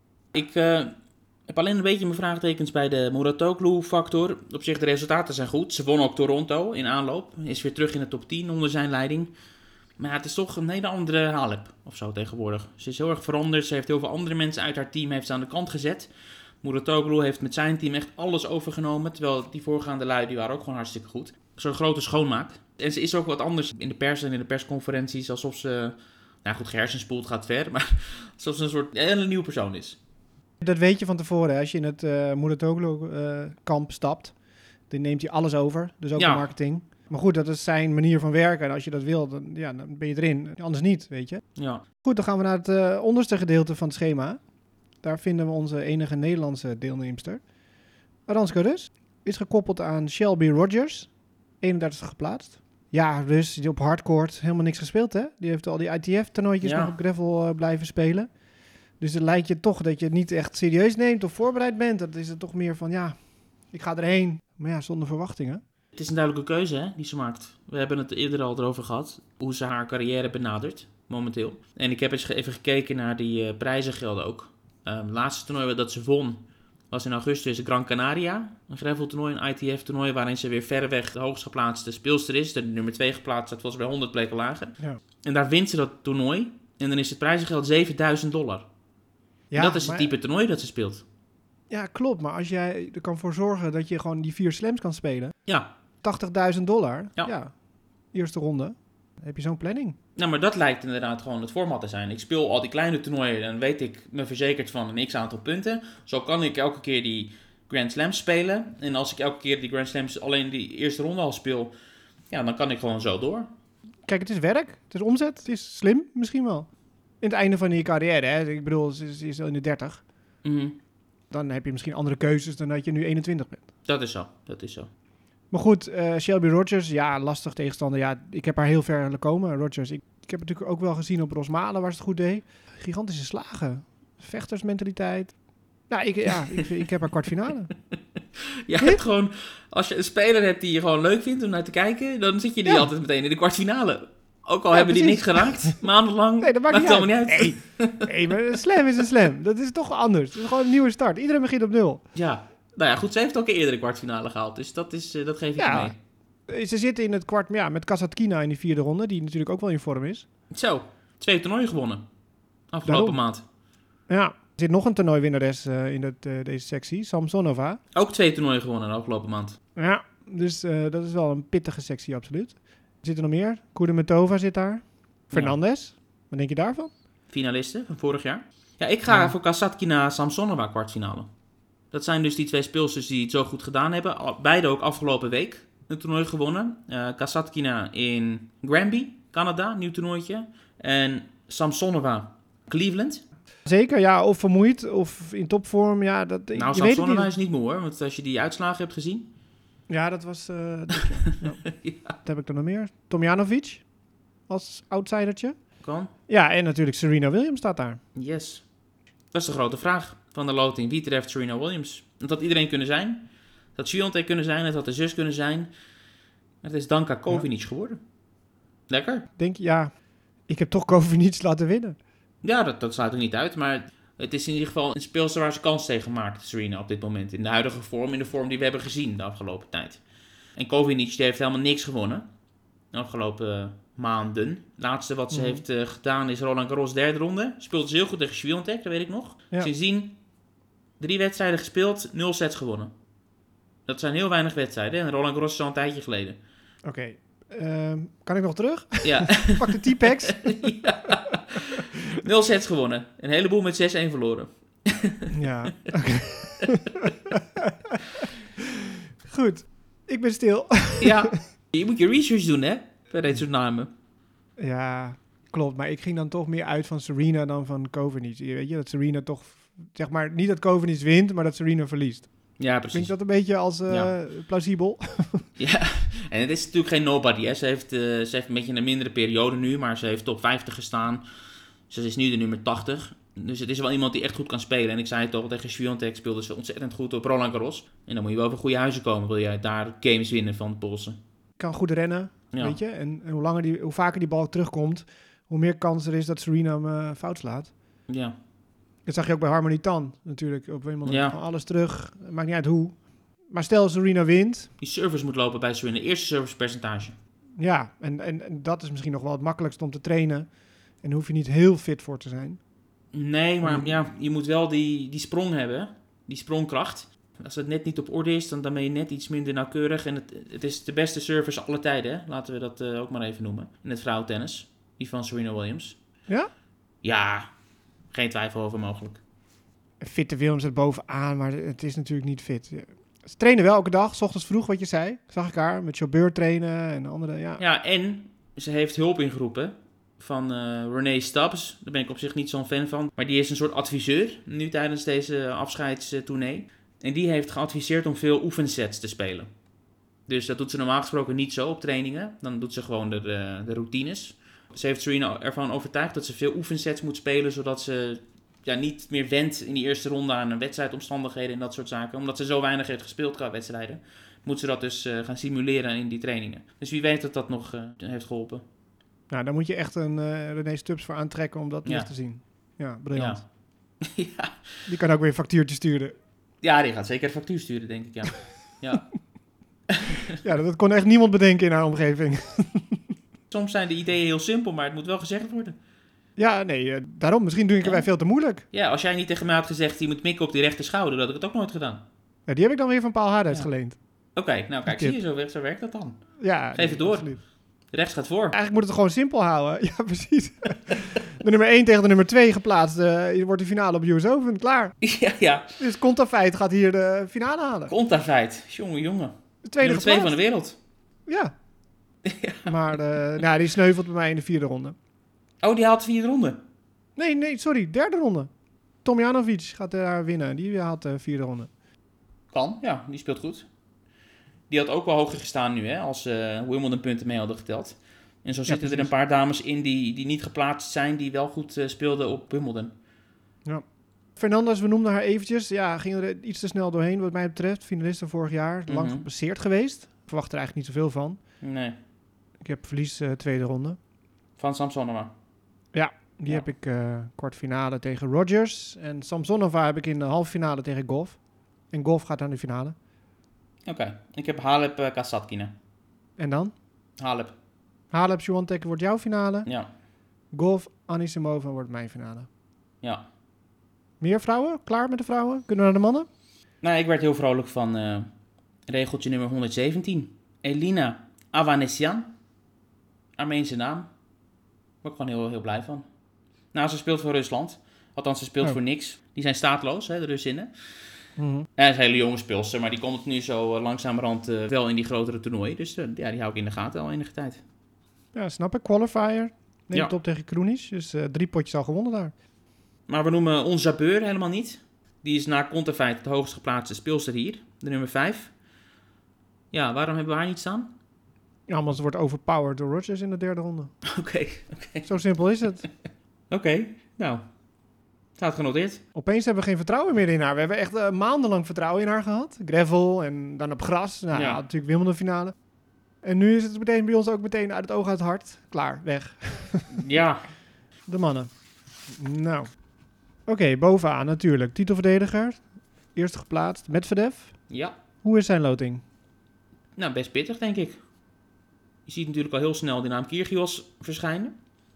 Ik uh, heb alleen een beetje mijn vraagtekens bij de Mouratoglou-factor. Op zich, de resultaten zijn goed. Ze won ook Toronto in aanloop. Is weer terug in de top tien onder zijn leiding. Maar ja, het is toch een hele andere Halep of zo tegenwoordig. Ze is heel erg veranderd. Ze heeft heel veel andere mensen uit haar team heeft ze aan de kant gezet. Mouratoglou heeft met zijn team echt alles overgenomen. Terwijl die voorgaande lui, die waren ook gewoon hartstikke goed. Zo'n grote schoonmaak. En ze is ook wat anders in de pers en in de persconferenties. Alsof ze, nou goed, gehersenspoeld gaat ver. Maar alsof ze een soort een hele nieuwe persoon is. Dat weet je van tevoren. Hè? Als je in het uh, Mouratoglou-kamp uh, stapt, dan neemt hij alles over. Dus ook Ja. de marketing. Maar goed, dat is zijn manier van werken. En als je dat wil, dan, ja, dan ben je erin. Anders niet, weet je. Ja. Goed, dan gaan we naar het uh, onderste gedeelte van het schema. Daar vinden we onze enige Nederlandse deelnemster. Aranska Rus is gekoppeld aan Shelby Rogers. eenendertigste geplaatst. Ja, Rus die op hardcourt helemaal niks gespeeld, hè. Die heeft al die I T F-toernooitjes Ja. nog op gravel uh, blijven spelen. Dus het lijkt je toch dat je het niet echt serieus neemt of voorbereid bent. Dat is het toch meer van, ja, ik ga erheen. Maar ja, zonder verwachtingen. Het is een duidelijke keuze hè, die ze maakt. We hebben het eerder al erover gehad. Hoe ze haar carrière benadert, momenteel. En ik heb eens even gekeken naar die uh, prijzengelden ook. Uh, het laatste toernooi dat ze won was in augustus Gran Canaria. Een graveltoernooi, een I T F-toernooi waarin ze weer verreweg de hoogst geplaatste speelster is. De nummer twee geplaatst staat volgens mij honderd pleken lager. Ja. En daar wint ze dat toernooi. En dan is het prijzengeld zevenduizend dollar. Ja, en dat is maar- het type toernooi dat ze speelt. Ja, klopt. Maar als jij er kan voor zorgen dat je gewoon die vier slams kan spelen. Ja, tachtigduizend dollar. Ja. Ja. Eerste ronde. Dan heb je zo'n planning. nou, maar dat lijkt inderdaad gewoon het format te zijn. Ik speel al die kleine toernooien en weet ik me verzekerd van een x-aantal punten. Zo kan ik elke keer die Grand Slams spelen. En als ik elke keer die Grand Slams alleen die eerste ronde al speel, ja, dan kan ik gewoon zo door. Kijk, het is werk. Het is omzet. Het is slim misschien wel. In het einde van je carrière, hè. Ik bedoel, ze is, ze is al in de dertig. Mhm. Dan heb je misschien andere keuzes dan dat je nu eenentwintig bent. Dat is zo, dat is zo. Maar goed, uh, Shelby Rogers, ja, lastig tegenstander. Ja, ik heb haar heel ver laten komen, Rogers. Ik, ik heb het natuurlijk ook wel gezien op Rosmalen, waar ze het goed deed. Gigantische slagen. Vechtersmentaliteit. Nou, ik, ja, ik, ik heb haar kwartfinale. Je hebt gewoon, als je een speler hebt die je gewoon leuk vindt om naar te kijken, dan zit je die Ja. altijd meteen in de kwartfinale. Ook al Ja, hebben die precies. niks geraakt, maandenlang, Nee, dat maakt maakt niet het allemaal niet uit. Nee, nee, maar een slam is een slam. Dat is toch anders. Het is gewoon een nieuwe start. Iedereen begint op nul. Ja, nou ja, goed, ze heeft ook een eerdere kwartfinale gehaald, dus dat, is, uh, dat geef ik Ja. je mee. Uh, Ze zitten in het kwart, ja, met Kasatkina in die vierde ronde, die natuurlijk ook wel in vorm is. Zo, twee toernooien gewonnen. Afgelopen Daarom. maand. Ja, er zit nog een toernooiwinnares uh, in het, uh, deze sectie, Samsonova. Ook twee toernooien gewonnen de afgelopen maand. Ja, dus uh, dat is wel een pittige sectie, absoluut. Zit er nog meer? Kudermetova zit daar. Fernandez, wat denk je daarvan? Finalisten van vorig jaar. Ja, ik ga Ja. voor Kasatkina Samsonova kwartfinale. Dat zijn dus die twee speelsters die het zo goed gedaan hebben. Al- Beide ook afgelopen week een toernooi gewonnen. Uh, Kasatkina in Granby, Canada, nieuw toernooitje. En Samsonova, Cleveland. Zeker, ja, of vermoeid, of in topvorm, ja, dat, Nou, je weet het Samsonova niet. is niet moe hoor, want als je die uitslagen hebt gezien. Ja, dat was, uh, dat, ja. Ja, Wat heb ik er nog meer? Tomjanovic, als outsidertje. kan. Ja, en natuurlijk Serena Williams staat daar. Yes. Dat is de grote vraag van de loting. Wie treft Serena Williams? Het had iedereen kunnen zijn. Het had Swiatek kunnen zijn. Het had de zus kunnen zijn. Maar het is Danka Kovinic geworden. Lekker. Denk je, ja, ik heb toch Kovinic laten winnen. Ja, dat, dat sluit er niet uit. Maar het is in ieder geval een speelster waar ze kans tegen maakt, Serena, op dit moment. In de huidige vorm, in de vorm die we hebben gezien de afgelopen tijd. En Kovinic die heeft helemaal niks gewonnen. De afgelopen uh, maanden. Het laatste wat ze mm. heeft uh, gedaan is Roland Garros derde ronde. Speelde ze heel goed tegen Swiatek, dat weet ik nog. Ja. Sindsdien drie wedstrijden gespeeld, nul sets gewonnen. Dat zijn heel weinig wedstrijden. En Roland Garros is al een tijdje geleden. Oké. Okay. Uh, kan ik nog terug? Ja. Pak de T-Pex. Ja. Nul sets gewonnen. Een heleboel met zes-een verloren. Ja, oké. Okay. Goed. Ik ben stil. Ja. Je moet je research doen, hè? Bij dit soort namen. Ja, klopt. Maar ik ging dan toch meer uit van Serena dan van Kovinic. Weet je, dat Serena toch... Zeg maar, niet dat Kovinic wint, maar dat Serena verliest. Ja, precies. Vind je dat een beetje als uh, ja. plausibel? Ja, en het is natuurlijk geen nobody, hè. Ze heeft, uh, ze heeft een beetje een mindere periode nu, maar ze heeft top vijftig gestaan. Ze is nu de nummer tachtig. Dus het is wel iemand die echt goed kan spelen. En ik zei het al, tegen Swiatek speelde ze ontzettend goed op Roland Garros. En dan moet je wel van goede huizen komen, wil je daar games winnen van de Poolse. Kan goed rennen, ja. weet je. En, en hoe, langer die, hoe vaker die bal terugkomt, hoe meer kans er is dat Serena hem uh, fout slaat. Ja. Dat zag je ook bij Harmony Tan natuurlijk. Op eenmaal ja. alles terug. Maakt niet uit hoe. Maar stel Serena wint. Die service moet lopen bij Serena. Eerste servicepercentage. Ja, en, en, en dat is misschien nog wel het makkelijkste om te trainen. En daar hoef je niet heel fit voor te zijn. Nee, maar mm. ja, je moet wel die, die sprong hebben. Die sprongkracht. Als het net niet op orde is, dan, dan ben je net iets minder nauwkeurig. En het, het is de beste service aller tijden. Hè? Laten we dat uh, ook maar even noemen. In het vrouwentennis. Die van Serena Williams. Ja? Ja. Geen twijfel over mogelijk. Fitte Williams er bovenaan, maar het is natuurlijk niet fit. Ze trainen wel elke dag, 's ochtends vroeg, wat je zei. Zag ik haar, met Jobber trainen en andere, ja. Ja, en ze heeft hulp ingeroepen van uh, Renee Stubbs. Daar ben ik op zich niet zo'n fan van. Maar die is een soort adviseur, nu tijdens deze afscheidstournee. En die heeft geadviseerd om veel oefensets te spelen. Dus dat doet ze normaal gesproken niet zo op trainingen. Dan doet ze gewoon de, de, de routines. Ze heeft Serena ervan overtuigd dat ze veel oefensets moet spelen, zodat ze ja, niet meer went in die eerste ronde aan wedstrijdomstandigheden en dat soort zaken. Omdat ze zo weinig heeft gespeeld qua wedstrijden, moet ze dat dus uh, gaan simuleren in die trainingen. Dus wie weet dat dat nog uh, heeft geholpen. Nou, daar moet je echt een uh, René Stubbs voor aantrekken om dat ja. terug te zien. Ja, briljant. Ja. Ja. Die kan ook weer een factuurtje sturen. Ja, die gaat zeker een factuur sturen, denk ik, ja. Ja, ja dat, dat kon echt niemand bedenken in haar omgeving. Soms zijn de ideeën heel simpel, maar het moet wel gezegd worden. Ja, nee, uh, daarom. Misschien doe ik er wij veel te moeilijk. Ja, als jij niet tegen mij had gezegd, je moet mikken op die rechter schouder, dat had ik het ook nooit gedaan. Ja, die heb ik dan weer van Paul Haarhuis ja. geleend. Oké, okay, nou kijk, zie je, zo, zo werkt dat dan. Ja, Geef nee, het door. Absoluut. Rechts gaat voor. Eigenlijk moet het gewoon simpel houden. Ja, precies. De nummer één tegen de nummer twee geplaatst. Uh, wordt de finale op U S Open. Klaar. Ja, ja. Dus Kontaveit gaat hier de finale halen. Kontaveit. Jongen, jongen. De tweede nummer twee van de wereld. Ja. Ja. Maar uh, nou, die sneuvelt bij mij in de vierde ronde. Oh, die haalt de vierde ronde? Nee, nee, sorry. Derde ronde. Tomjanovic gaat daar winnen. Die haalt de vierde ronde. Kan, ja. Die speelt goed. Die had ook wel hoger gestaan nu, hè, als uh, Wimbledon punten mee hadden geteld. En zo zitten ja, er een paar dames in die, die niet geplaatst zijn, die wel goed uh, speelden op Wimbledon. Ja. Fernandes, we noemden haar eventjes. Ja, ging er iets te snel doorheen wat mij betreft. Finaliste vorig jaar. Lang mm-hmm. gepasseerd geweest. Ik verwacht er eigenlijk niet zoveel van. Nee. Ik heb verlies uh, tweede ronde. Van Samsonova? Ja, die ja. heb ik uh, kwartfinale tegen Rogers. En Samsonova heb ik in de halve finale tegen Goff. En Goff gaat naar de finale. Oké, okay. Ik heb Halep uh, Kasatkina. En dan? Halep. Halep Swiatek wordt jouw finale. Ja. Goff Anisimova wordt mijn finale. Ja. Meer vrouwen? Klaar met de vrouwen? Kunnen we naar de mannen? Nou, ik werd heel vrolijk van uh, regeltje nummer honderdzeventien. Elina Avanesian. Armeense naam. Daar ben ik gewoon heel, heel blij van. Nou, ze speelt voor Rusland. Althans, ze speelt oh. voor niks. Die zijn staatloos, hè, de Russinnen. Mm-hmm. Ja, het is een hele jonge speelster, maar die komt nu zo uh, langzamerhand uh, wel in die grotere toernooien. Dus uh, ja, die hou ik in de gaten al enige tijd. Ja, snap ik. Qualifier. Neemt ja. het op tegen Krunic. Dus uh, drie potjes al gewonnen daar. Maar we noemen ons Jabeur helemaal niet. Die is na Kontaveit de hoogst geplaatste speelster hier. De nummer vijf. Ja, waarom hebben we haar niet staan? Ja, omdat ze wordt overpowered door Rogers in de derde ronde. Oké, okay, oké. Okay. Zo simpel is het. Oké, okay, nou... Staat genoteerd. Opeens hebben we geen vertrouwen meer in haar. We hebben echt uh, maandenlang vertrouwen in haar gehad. Gravel en dan op gras. Nou, ja. natuurlijk Wimbledon finale. En nu is het meteen bij ons ook meteen uit het oog uit het hart. Klaar, weg. Ja. De mannen. Nou. Oké, okay, bovenaan natuurlijk. Titelverdediger. Eerste geplaatst. Medvedev. Ja. Hoe is zijn loting? Nou, best pittig, denk ik. Je ziet natuurlijk al heel snel de naam Kyrgios verschijnen.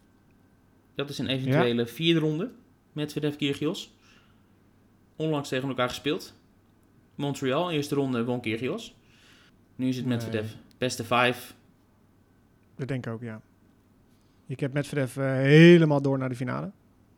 Dat is een eventuele ja. vierde ronde. Medvedev Kyrgios. Onlangs tegen elkaar gespeeld. Montreal, eerste ronde won Kyrgios. Nu is het Medvedev. Nee. Beste vijf. Dat denk ik ook, ja. Ik heb Medvedev uh, helemaal door naar de finale.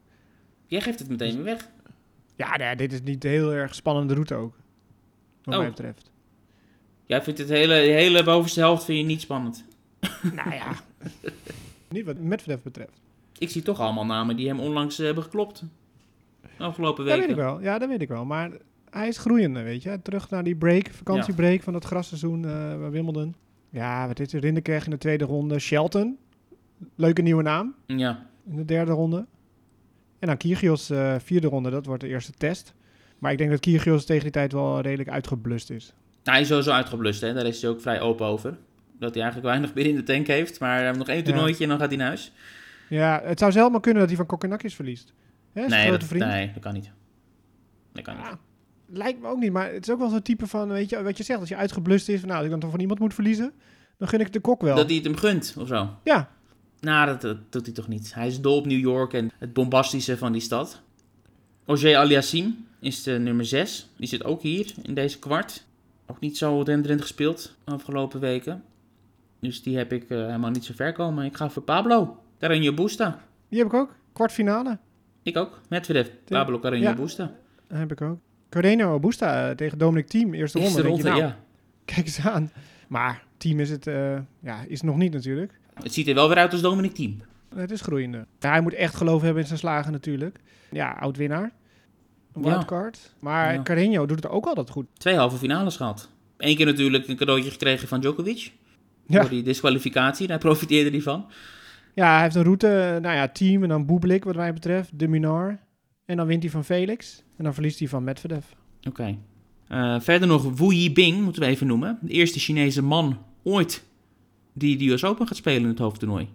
Jij geeft het meteen weer weg. Ja, nee, dit is niet een heel erg spannende route ook. Wat oh. mij betreft. Jij vindt het hele, de hele bovenste helft vind je niet spannend? Nou ja. Niet wat Medvedev betreft. Ik zie toch allemaal namen die hem onlangs uh, hebben geklopt. Afgelopen weken. Dat weet ik wel. Ja, dat weet ik wel. Maar hij is groeiende, weet je. Terug naar die break, vakantiebreak ja. van dat grasseizoen uh, bij Wimbledon. Ja, wat is er? Rinderknecht in de tweede ronde. Shelton. Leuke nieuwe naam. Ja. In de derde ronde. En dan Kyrgios, uh, vierde ronde. Dat wordt de eerste test. Maar ik denk dat Kyrgios tegen die tijd wel redelijk uitgeblust is. Nou, hij is sowieso uitgeblust, hè. Daar is hij ook vrij open over. Dat hij eigenlijk weinig binnen in de tank heeft. Maar nog één toernooitje ja. en dan gaat hij naar huis. Ja, het zou zelf maar kunnen dat hij van Kokkinakis verliest. Hè, nee, grote dat, vriend. nee, dat kan niet. Dat kan ja, niet. Lijkt me ook niet, maar het is ook wel zo'n type van, weet je, wat je zegt, als je uitgeblust is, van, nou, als ik dan toch van iemand moet verliezen, dan gun ik de Kok wel. Dat hij het hem gunt, of zo? Ja. Nou, dat, dat doet hij toch niet. Hij is dol op New York en het bombastische van die stad. Auger Aliassime is de nummer zes. Die zit ook hier, in deze kwart. Ook niet zo denderend gespeeld de afgelopen weken. Dus die heb ik uh, helemaal niet zo ver komen. Ik ga voor Pablo Carreño Busta. Die heb ik ook. Kwartfinale. Ik ook. Medvedev. Pablo Carreño ja, Busta. Dat heb ik ook. Carreño Busta uh, tegen Dominic Thiem. Eerste ronde. Eerste ronde, nou, ja. Kijk eens aan. Maar Thiem is het uh, ja, is nog niet natuurlijk. Het ziet er wel weer uit als Dominic Thiem. Het is groeiende. Ja, hij moet echt geloof hebben in zijn slagen natuurlijk. Ja, oud-winnaar. Wildcard. Ja. Maar ja. Carreño doet het ook altijd goed. Twee halve finales gehad. Eén keer natuurlijk een cadeautje gekregen van Djokovic. Ja. Door die disqualificatie. Daar profiteerde hij van. Ja, hij heeft een route. Nou ja, Thiem en dan Bublik wat mij betreft. De Minaur. En dan wint hij van Felix. En dan verliest hij van Medvedev. Oké. Okay. Uh, verder nog Wu Yibing, moeten we even noemen. De eerste Chinese man ooit die de U S Open gaat spelen in het hoofdtoernooi.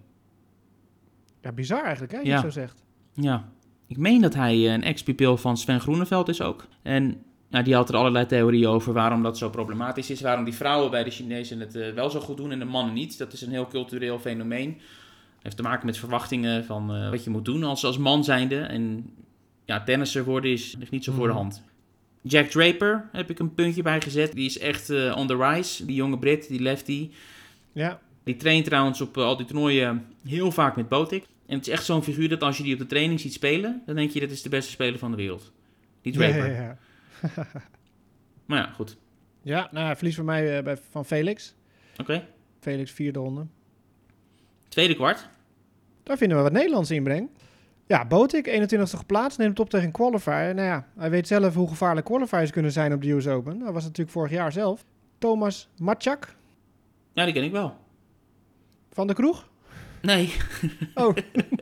Ja, bizar eigenlijk, hè, je ja. zo zegt. Ja. Ik meen dat hij een ex-pupil van Sven Groeneveld is ook. En nou, die had er allerlei theorieën over waarom dat zo problematisch is. Waarom die vrouwen bij de Chinezen het uh, wel zo goed doen en de mannen niet. Dat is een heel cultureel fenomeen. Het heeft te maken met verwachtingen van uh, wat je moet doen als, als man zijnde. En ja, tennisser worden is, ligt niet zo mm. voor de hand. Jack Draper heb ik een puntje bij gezet. Die is echt uh, on the rise. Die jonge Brit, die lefty. Ja. Die traint trouwens op uh, al die toernooien heel vaak met Botic. En het is echt zo'n figuur dat als je die op de training ziet spelen, dan denk je dat is de beste speler van de wereld. Die Draper. Ja, ja, ja. Maar ja, goed. Ja, nou, hij verliest voor mij uh, bij, van Felix. Oké. Okay. Felix vierde ronde. Tweede kwart. Daar vinden we wat Nederlands inbreng. Ja, Botic, eenentwintigste geplaatst, neemt het op tegen een qualifier. Nou ja, hij weet zelf hoe gevaarlijk qualifiers kunnen zijn op de U S Open. Dat was natuurlijk vorig jaar zelf. Thomas Matjak. Ja, die ken ik wel. Van de kroeg? Nee. Oh.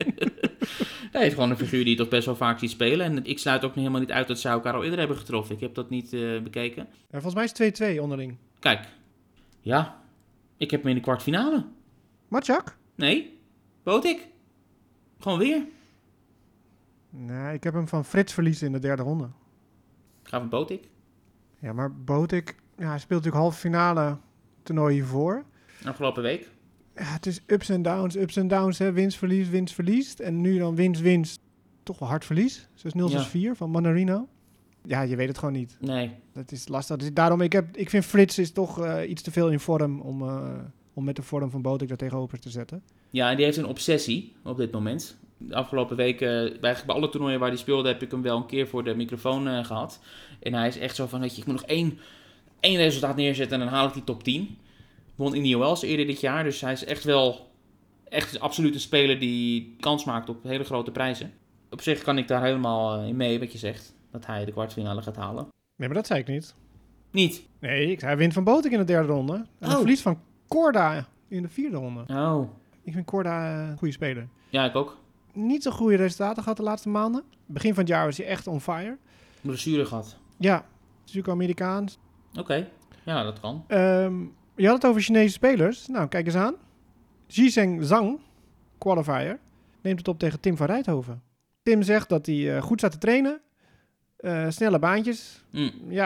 Hij is gewoon een figuur die je toch best wel vaak ziet spelen. En ik sluit ook helemaal niet uit dat ze elkaar al eerder hebben getroffen. Ik heb dat niet uh, bekeken. Ja, volgens mij is het twee-twee onderling. Kijk. Ja. Ik heb hem in de kwartfinale. Matjak? Nee. Botic. Gewoon weer. Nee, ik heb hem van Frits verliezen in de derde ronde. Ik ga van Botic. Ja, maar Botic... Ja, hij speelt natuurlijk halve finale toernooi hiervoor. Afgelopen week. Ja, het is ups en downs, ups en downs, hè. Winst, verlies, winst, verliest. En nu dan winst, winst. Toch wel hard verlies. zes nul, zes vier ja. van Manarino. Ja, je weet het gewoon niet. Nee. Dat is lastig. Dus daarom, ik, heb, ik vind Frits is toch uh, iets te veel in vorm om, uh, om met de vorm van Botic daar tegenover te zetten. Ja, en die heeft een obsessie op dit moment. De afgelopen weken, eigenlijk bij alle toernooien waar hij speelde, heb ik hem wel een keer voor de microfoon uh, gehad. En hij is echt zo van, weet je, ik moet nog één, één resultaat neerzetten en dan haal ik die top tien. Won in de U L's eerder dit jaar, dus hij is echt wel echt absoluut een speler die kans maakt op hele grote prijzen. Op zich kan ik daar helemaal in mee wat je zegt, dat hij de kwartfinale gaat halen. Nee, maar dat zei ik niet. Niet? Nee, hij wint van Botic in de derde ronde. En hij oh. verliest van Korda in de vierde ronde. Oh. Ik vind Korda een goede speler. Ja, ik ook. Niet zo goede resultaten gehad de laatste maanden. Begin van het jaar was hij echt on fire. Blessure gehad. Ja, Zuid-Amerikaans. Oké, okay. Ja, dat kan. Um, je had het over Chinese spelers. Nou, kijk eens aan. Zhizheng Zhang, qualifier, neemt het op tegen Tim van Rijthoven. Tim zegt dat hij uh, goed staat te trainen. Uh, snelle baantjes. Mm. Ja,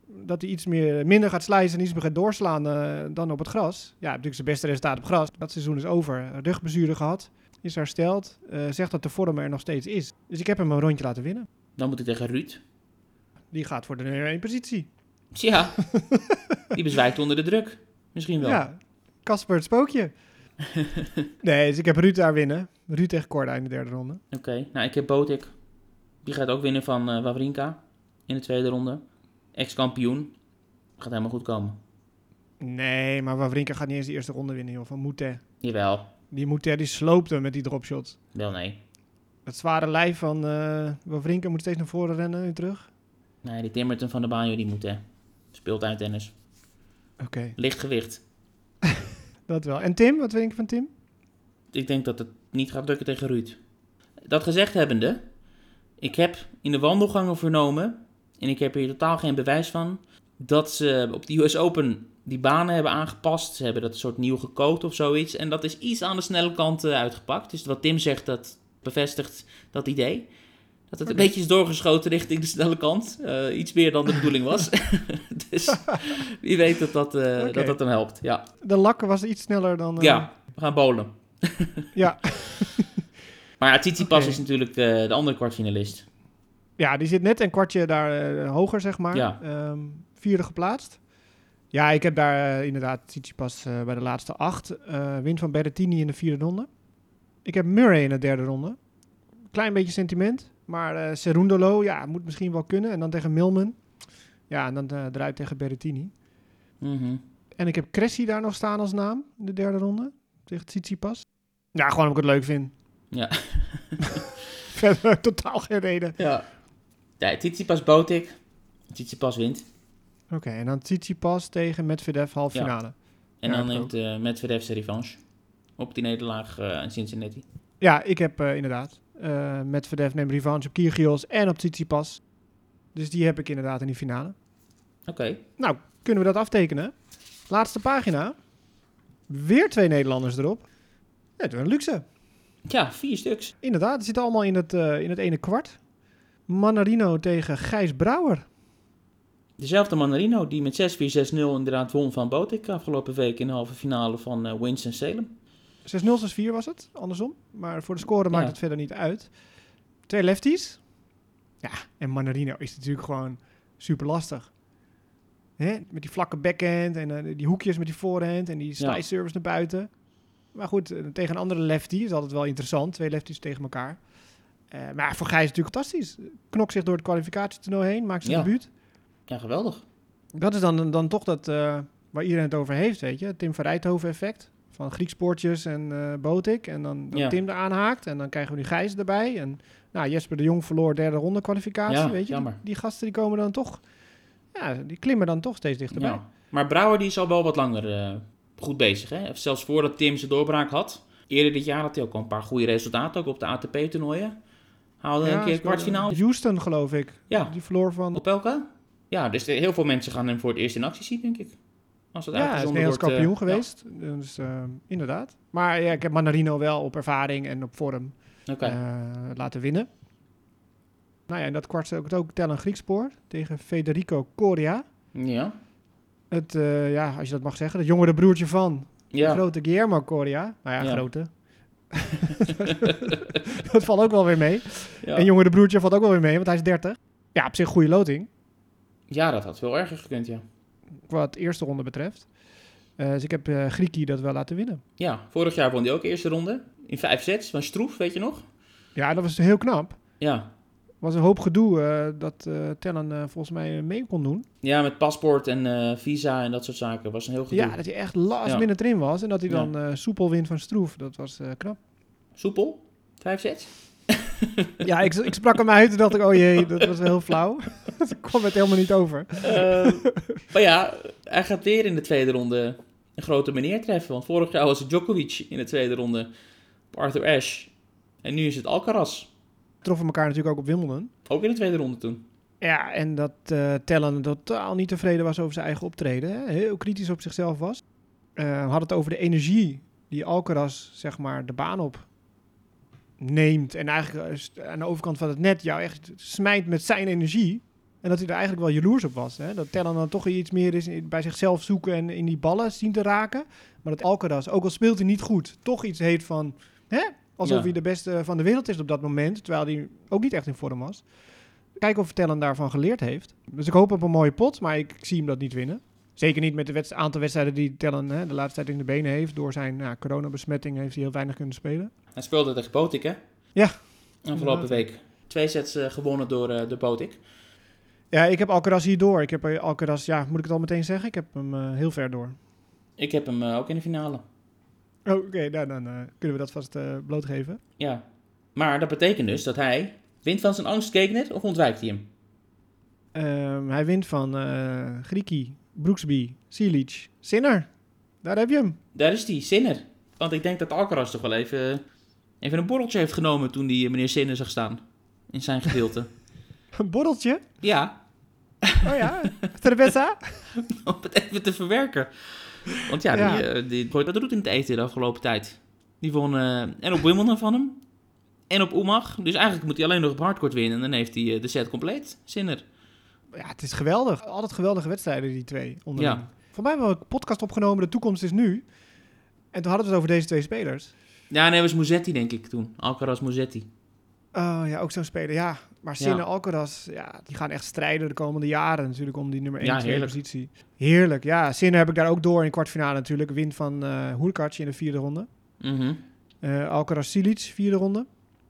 dat hij iets meer, minder gaat slicen en iets meer gaat doorslaan uh, dan op het gras. Ja, natuurlijk zijn beste resultaat op gras. Dat seizoen is over. Rugblessure gehad, is hersteld. Uh, zegt dat de vorm er nog steeds is. Dus ik heb hem een rondje laten winnen. Dan moet ik tegen Ruud. Die gaat voor de nummer één positie. Tja, die bezwijkt onder de druk. Misschien wel. Ja, Casper het spookje. Nee, dus ik heb Ruud daar winnen. Ruud tegen Korda in de derde ronde. Oké, okay. Nou ik heb Botic. Die gaat ook winnen van uh, Wawrinka in de tweede ronde. Ex-kampioen. Gaat helemaal goed komen. Nee, maar Wawrinka gaat niet eens de eerste ronde winnen, joh. Van Moutet. Jawel. Die Moutet, die sloopt hem met die dropshot. Wel, nee. Het zware lijf van uh, Wawrinka moet steeds naar voren rennen en terug. Nee, die timmert hem van de baan, joh, die Moutet. Speelt uit tennis. Oké. Okay. Licht gewicht. Dat wel. En Tim, wat vind je van Tim? Ik denk dat het niet gaat lukken tegen Ruud. Dat gezegd hebbende, ik heb in de wandelgangen vernomen, en ik heb hier totaal geen bewijs van, dat ze op de U S Open die banen hebben aangepast. Ze hebben dat soort nieuw gecoat of zoiets. En dat is iets aan de snelle kant uh, uitgepakt. Dus wat Tim zegt, dat bevestigt dat idee. Dat het okay. een beetje is doorgeschoten richting de snelle kant. Uh, iets meer dan de bedoeling was. Dus wie weet dat dat, uh, okay. dat, dat hem helpt. Ja. De lakken was iets sneller dan... Uh... Ja, we gaan bowlen. Ja. Maar ja, Tsitsipas okay. is natuurlijk uh, de andere kwartfinalist. Ja, die zit net een kwartje daar uh, hoger, zeg maar. Ja. Um, vierde geplaatst. Ja, ik heb daar uh, inderdaad Tsitsipas uh, bij de laatste acht. Uh, win van Berrettini in de vierde ronde. Ik heb Murray in de derde ronde. Klein beetje sentiment. Maar uh, Cerundolo, ja, moet misschien wel kunnen. En dan tegen Millman. Ja, en dan uh, eruit tegen Berrettini. Mm-hmm. En ik heb Cressy daar nog staan als naam in de derde ronde. Tegen Tsitsipas. Ja, gewoon omdat ik het leuk vind. Ja. Verder totaal geen reden. Ja. Ja, Tsitsipas Botic. Tsitsipas wint. Oké, okay, en dan Tsitsipas tegen Medvedev halve ja. finale. En ja, dan neemt uh, Medvedev zijn revanche. Op die nederlaag uh, in Cincinnati. Ja, ik heb uh, inderdaad. Uh, Medvedev neemt revanche op Kyrgios en op Tsitsipas. Dus die heb ik inderdaad in die finale. Oké. Okay. Nou, kunnen we dat aftekenen? Laatste pagina. Weer twee Nederlanders erop. Het is een luxe. Ja, vier stuks. Inderdaad, het zit allemaal in het, uh, in het ene kwart. Mannarino tegen Gijs Brouwer. Dezelfde Mannarino die met zes vier zes nul inderdaad won van Botic afgelopen week in de halve finale van uh, Winston-Salem. zes nul zes vier was het, andersom. Maar voor de score maakt ja. het verder niet uit. Twee lefties. Ja, en Mannarino is natuurlijk gewoon super lastig. Hè? Met die vlakke backhand en uh, die hoekjes met die voorhand en die slice ja. service naar buiten. Maar goed, uh, tegen een andere lefty is altijd wel interessant. Twee lefties tegen elkaar. Uh, maar voor Gijs is het natuurlijk fantastisch. Knokt zich door het kwalificatietoernooi heen, maakt zijn ja. debuut. Ja, geweldig. Dat is dan, dan toch dat uh, waar iedereen het over heeft, weet je. Het Tim van Rijthoven effect. Van Griekspoortjes en uh, Botic. En dan dat ja. Tim eraan haakt. En dan krijgen we nu Gijs erbij. En nou, Jesper de Jong verloor derde ronde kwalificatie. Ja, weet je. jammer. Die, die gasten die komen dan toch... Ja, die klimmen dan toch steeds dichterbij. Ja. Maar Brouwer die is al wel wat langer uh, goed bezig. Hè? Zelfs voordat Tim zijn doorbraak had. Eerder dit jaar had hij ook al een paar goede resultaten. Ook op de A T P-toernooien. Haalde ja, een keer kwartfinale. Houston, geloof ik. Ja. Die verloor van... Op elkaar? Ja, dus heel veel mensen gaan hem voor het eerst in actie zien, denk ik. Als dat ja, hij is Nederlands kampioen uh, geweest. Ja. Dus uh, inderdaad. Maar ja, ik heb Mannarino wel op ervaring en op vorm okay. uh, laten winnen. Nou ja, in dat kwart zou ik het ook tellen een Griekspoor tegen Federico Coria. Ja. Het, uh, ja, als je dat mag zeggen, het jongere broertje van ja. de grote Guillermo Coria. Nou ja, ja. grote. Dat valt ook wel weer mee. Ja. En jongere broertje valt ook wel weer mee, want hij is dertig. Ja, op zich goede loting. Ja, dat had veel erger gekund, ja. Wat de eerste ronde betreft. Uh, dus ik heb uh, Griekie dat wel laten winnen. Ja, vorig jaar won hij ook de eerste ronde. In vijf sets van Stroef, weet je nog? Ja, dat was heel knap. Ja. Was een hoop gedoe uh, dat uh, Tellen uh, volgens mij mee kon doen. Ja, met paspoort en uh, visa en dat soort zaken. Was een heel gedoe. Ja, dat hij echt last ja. minute erin was. En dat hij dan ja. uh, soepel wint van Stroef. Dat was uh, knap. Soepel? Vijf sets? Ja, ik, ik sprak hem uit en dacht ik, oh jee, dat was heel flauw. Dat kwam het helemaal niet over. Uh, maar ja, hij gaat weer in de tweede ronde een grote meneer treffen. Want vorig jaar was het Djokovic in de tweede ronde op Arthur Ashe. En nu is het Alcaraz. Troffen elkaar natuurlijk ook op Wimbledon. Ook in de tweede ronde toen. Ja, en dat uh, Tellen totaal niet tevreden was over zijn eigen optreden. Hè? Heel kritisch op zichzelf was. Uh, had het over de energie die Alcaraz, zeg maar, de baan op neemt. En eigenlijk aan de overkant van het net jou echt smijt met zijn energie. En dat hij er eigenlijk wel jaloers op was. Hè? Dat Tellon dan toch iets meer is bij zichzelf zoeken en in die ballen zien te raken. Maar dat Alcaraz, ook al speelt hij niet goed, toch iets heeft van... Hè? Alsof Ja. hij de beste van de wereld is op dat moment. Terwijl hij ook niet echt in vorm was. Kijken of Tellon daarvan geleerd heeft. Dus ik hoop op een mooie pot, maar ik, ik zie hem dat niet winnen. Zeker niet met het wedst- aantal wedstrijden die Tellon hè, de laatste tijd in de benen heeft. Door zijn nou, coronabesmetting heeft hij heel weinig kunnen spelen. Hij speelde tegen Botic, hè? Ja. Afgelopen Inderdaad. week. Twee sets uh, gewonnen door, uh, door Botic. Ja, ik heb Alcaraz hier door. Ik heb Alcaraz, ja, moet ik het al meteen zeggen? Ik heb hem uh, heel ver door. Ik heb hem uh, ook in de finale. Oh, Oké, okay, nou, dan uh, kunnen we dat vast uh, blootgeven. Ja, maar dat betekent dus dat hij wint van zijn angstkekenet of ontwijkt hij hem? Um, hij wint van uh, Griekie, Brooksby, Silic, Sinner. Daar heb je hem. Daar is die, Sinner. Want ik denk dat Alcaraz toch wel even, even een borreltje heeft genomen toen die meneer Sinner zag staan. In zijn gedeelte. Een borreltje? Ja. Oh ja, cerveza? Om het even te verwerken. Want ja, Ja. die, uh, die gooit dat roet in het eten de afgelopen tijd. Die won uh, en op Wimbledon van hem. En op Oemag. Dus eigenlijk moet hij alleen nog op hardcourt winnen. En dan heeft hij uh, de set compleet, Sinner. Ja, het is geweldig. Altijd geweldige wedstrijden, die twee. Onderling. Ja. Voor mij hebben we een podcast opgenomen, De Toekomst is Nu. En toen hadden we het over deze twee spelers. Ja, nee, was Musetti denk ik toen. Alcaraz Musetti. Oh ja, ook zo'n speler, ja. Maar Sinner, Ja. Alcaraz, ja, die gaan echt strijden de komende jaren natuurlijk om die nummer één, Ja, twee heerlijk. positie. Heerlijk, ja. Sinner heb ik daar ook door in de kwartfinale natuurlijk. Win van uh, Hurkacz in de vierde ronde. Mhm. Uh, Alcaraz Silic, vierde ronde.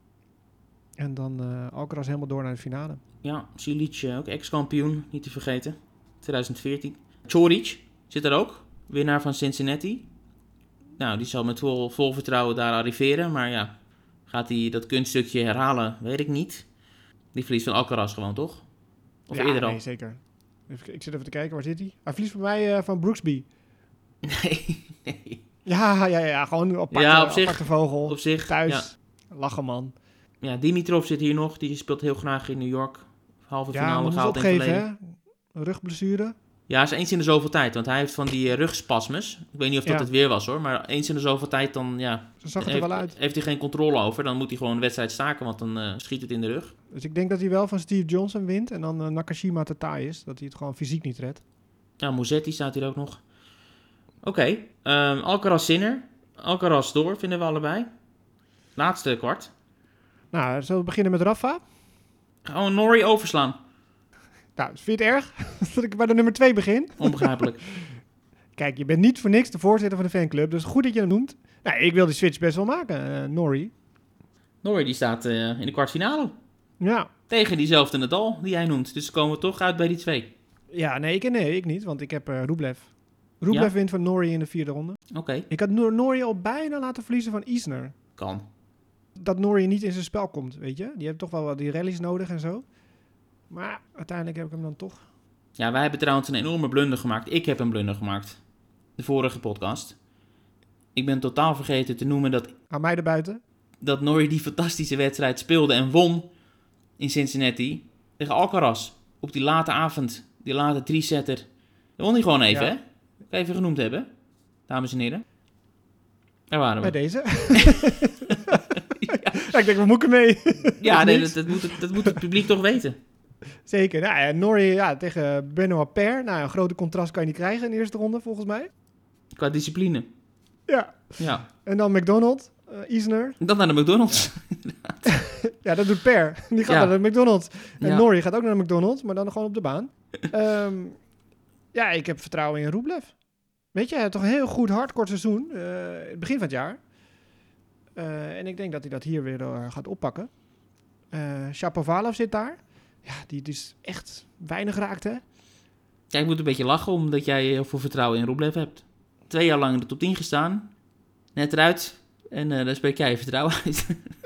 En dan uh, Alcaraz helemaal door naar de finale. Ja, Silic, uh, ook ex-kampioen, niet te vergeten. twintig veertien. Coric zit er ook. Winnaar van Cincinnati. Nou, die zal met vol, vol vertrouwen daar arriveren. Maar ja, gaat hij dat kunststukje herhalen? Weet ik niet. Die verliest van Alcaraz gewoon, toch? Of ja, eerder al? nee, zeker. Even, ik zit even te kijken, waar zit hij? Hij verliest voor mij uh, van Brooksby. Nee, nee. Ja, ja, ja, gewoon een aparte, Ja, op zich. aparte vogel. Op zich, Thuis. Lachen, man. Ja, Dimitrov zit hier nog. Die speelt heel graag in New York. Halve Ja, finale moet gehaald in het opgeven, verleden. hè? Rugblessure. Ja, is eens in de zoveel tijd. Want hij heeft van die uh, rugspasmes. Ik weet niet of dat Ja. het weer was hoor. Maar eens in de zoveel tijd dan, ja... Zo zag het er heeft, wel uit. heeft hij geen controle over. Dan moet hij gewoon de wedstrijd staken. Want dan uh, schiet het in de rug. Dus ik denk dat hij wel van Steve Johnson wint. En dan uh, Nakashima te taai is. Dat hij het gewoon fysiek niet redt. Ja, Musetti staat hier ook nog. Oké. Okay. Um, Alcaraz Sinner. Alcaraz door, vinden we allebei. Laatste kwart. Nou, zullen we beginnen met Rafa? Gewoon Norrie overslaan. Nou, vind je het erg dat ik bij de nummer twee begin? Onbegrijpelijk. Kijk, je bent niet voor niks de voorzitter van de fanclub. Dus goed dat je hem noemt. Nou, ik wil die switch best wel maken, uh, Norrie. Norrie die staat uh, in de kwartfinale. Ja. Tegen diezelfde Nadal die jij noemt. Dus komen we toch uit bij die twee. Ja, nee, ik, nee, ik niet. Want ik heb uh, Rublev. Rublev Ja? wint van Norrie in de vierde ronde. Oké. Okay. Ik had Norrie al bijna laten verliezen van Isner. Kan. Dat Norrie niet in zijn spel komt, weet je. Die heeft toch wel wat die rallies nodig en zo. Maar uiteindelijk heb ik hem dan toch. Ja, wij hebben trouwens een enorme blunder gemaakt. Ik heb een blunder gemaakt. De vorige podcast. Ik ben totaal vergeten te noemen dat... Aan mij erbuiten. Dat Norrie die fantastische wedstrijd speelde en won in Cincinnati tegen Alcaraz. Op die late avond. Die late drie-setter. Dat won hij gewoon even, Ja. hè? Kan even genoemd hebben. Dames en heren. Daar waren we. Bij deze. ja. Ja, ik denk, we moeten mee. Ja, nee, dat, dat, moet het, dat moet het publiek toch weten. Zeker. Nou, ja, Norrie ja, tegen Benoit Paire. Nou, een grote contrast kan je niet krijgen in de eerste ronde, volgens mij. Qua discipline. Ja. Ja. En dan McDonald, uh, Isner. Dan naar de McDonald's. Ja, dat doet Paire. Die gaat Ja. naar de McDonald's. En Ja. Norrie gaat ook naar de McDonald's, maar dan gewoon op de baan. um, ja, ik heb vertrouwen in Rublev. Weet je, hij heeft toch een heel goed hardcore seizoen. Uh, het begin van het jaar. Uh, en ik denk dat hij dat hier weer uh, gaat oppakken. Uh, Shapovalov zit daar. Ja, die is echt weinig raakt, hè? Ja, ik moet een beetje lachen omdat jij heel veel vertrouwen in Rublev hebt. Twee jaar lang in de top tien gestaan. Net eruit. En uh, daar spreek jij je vertrouwen uit.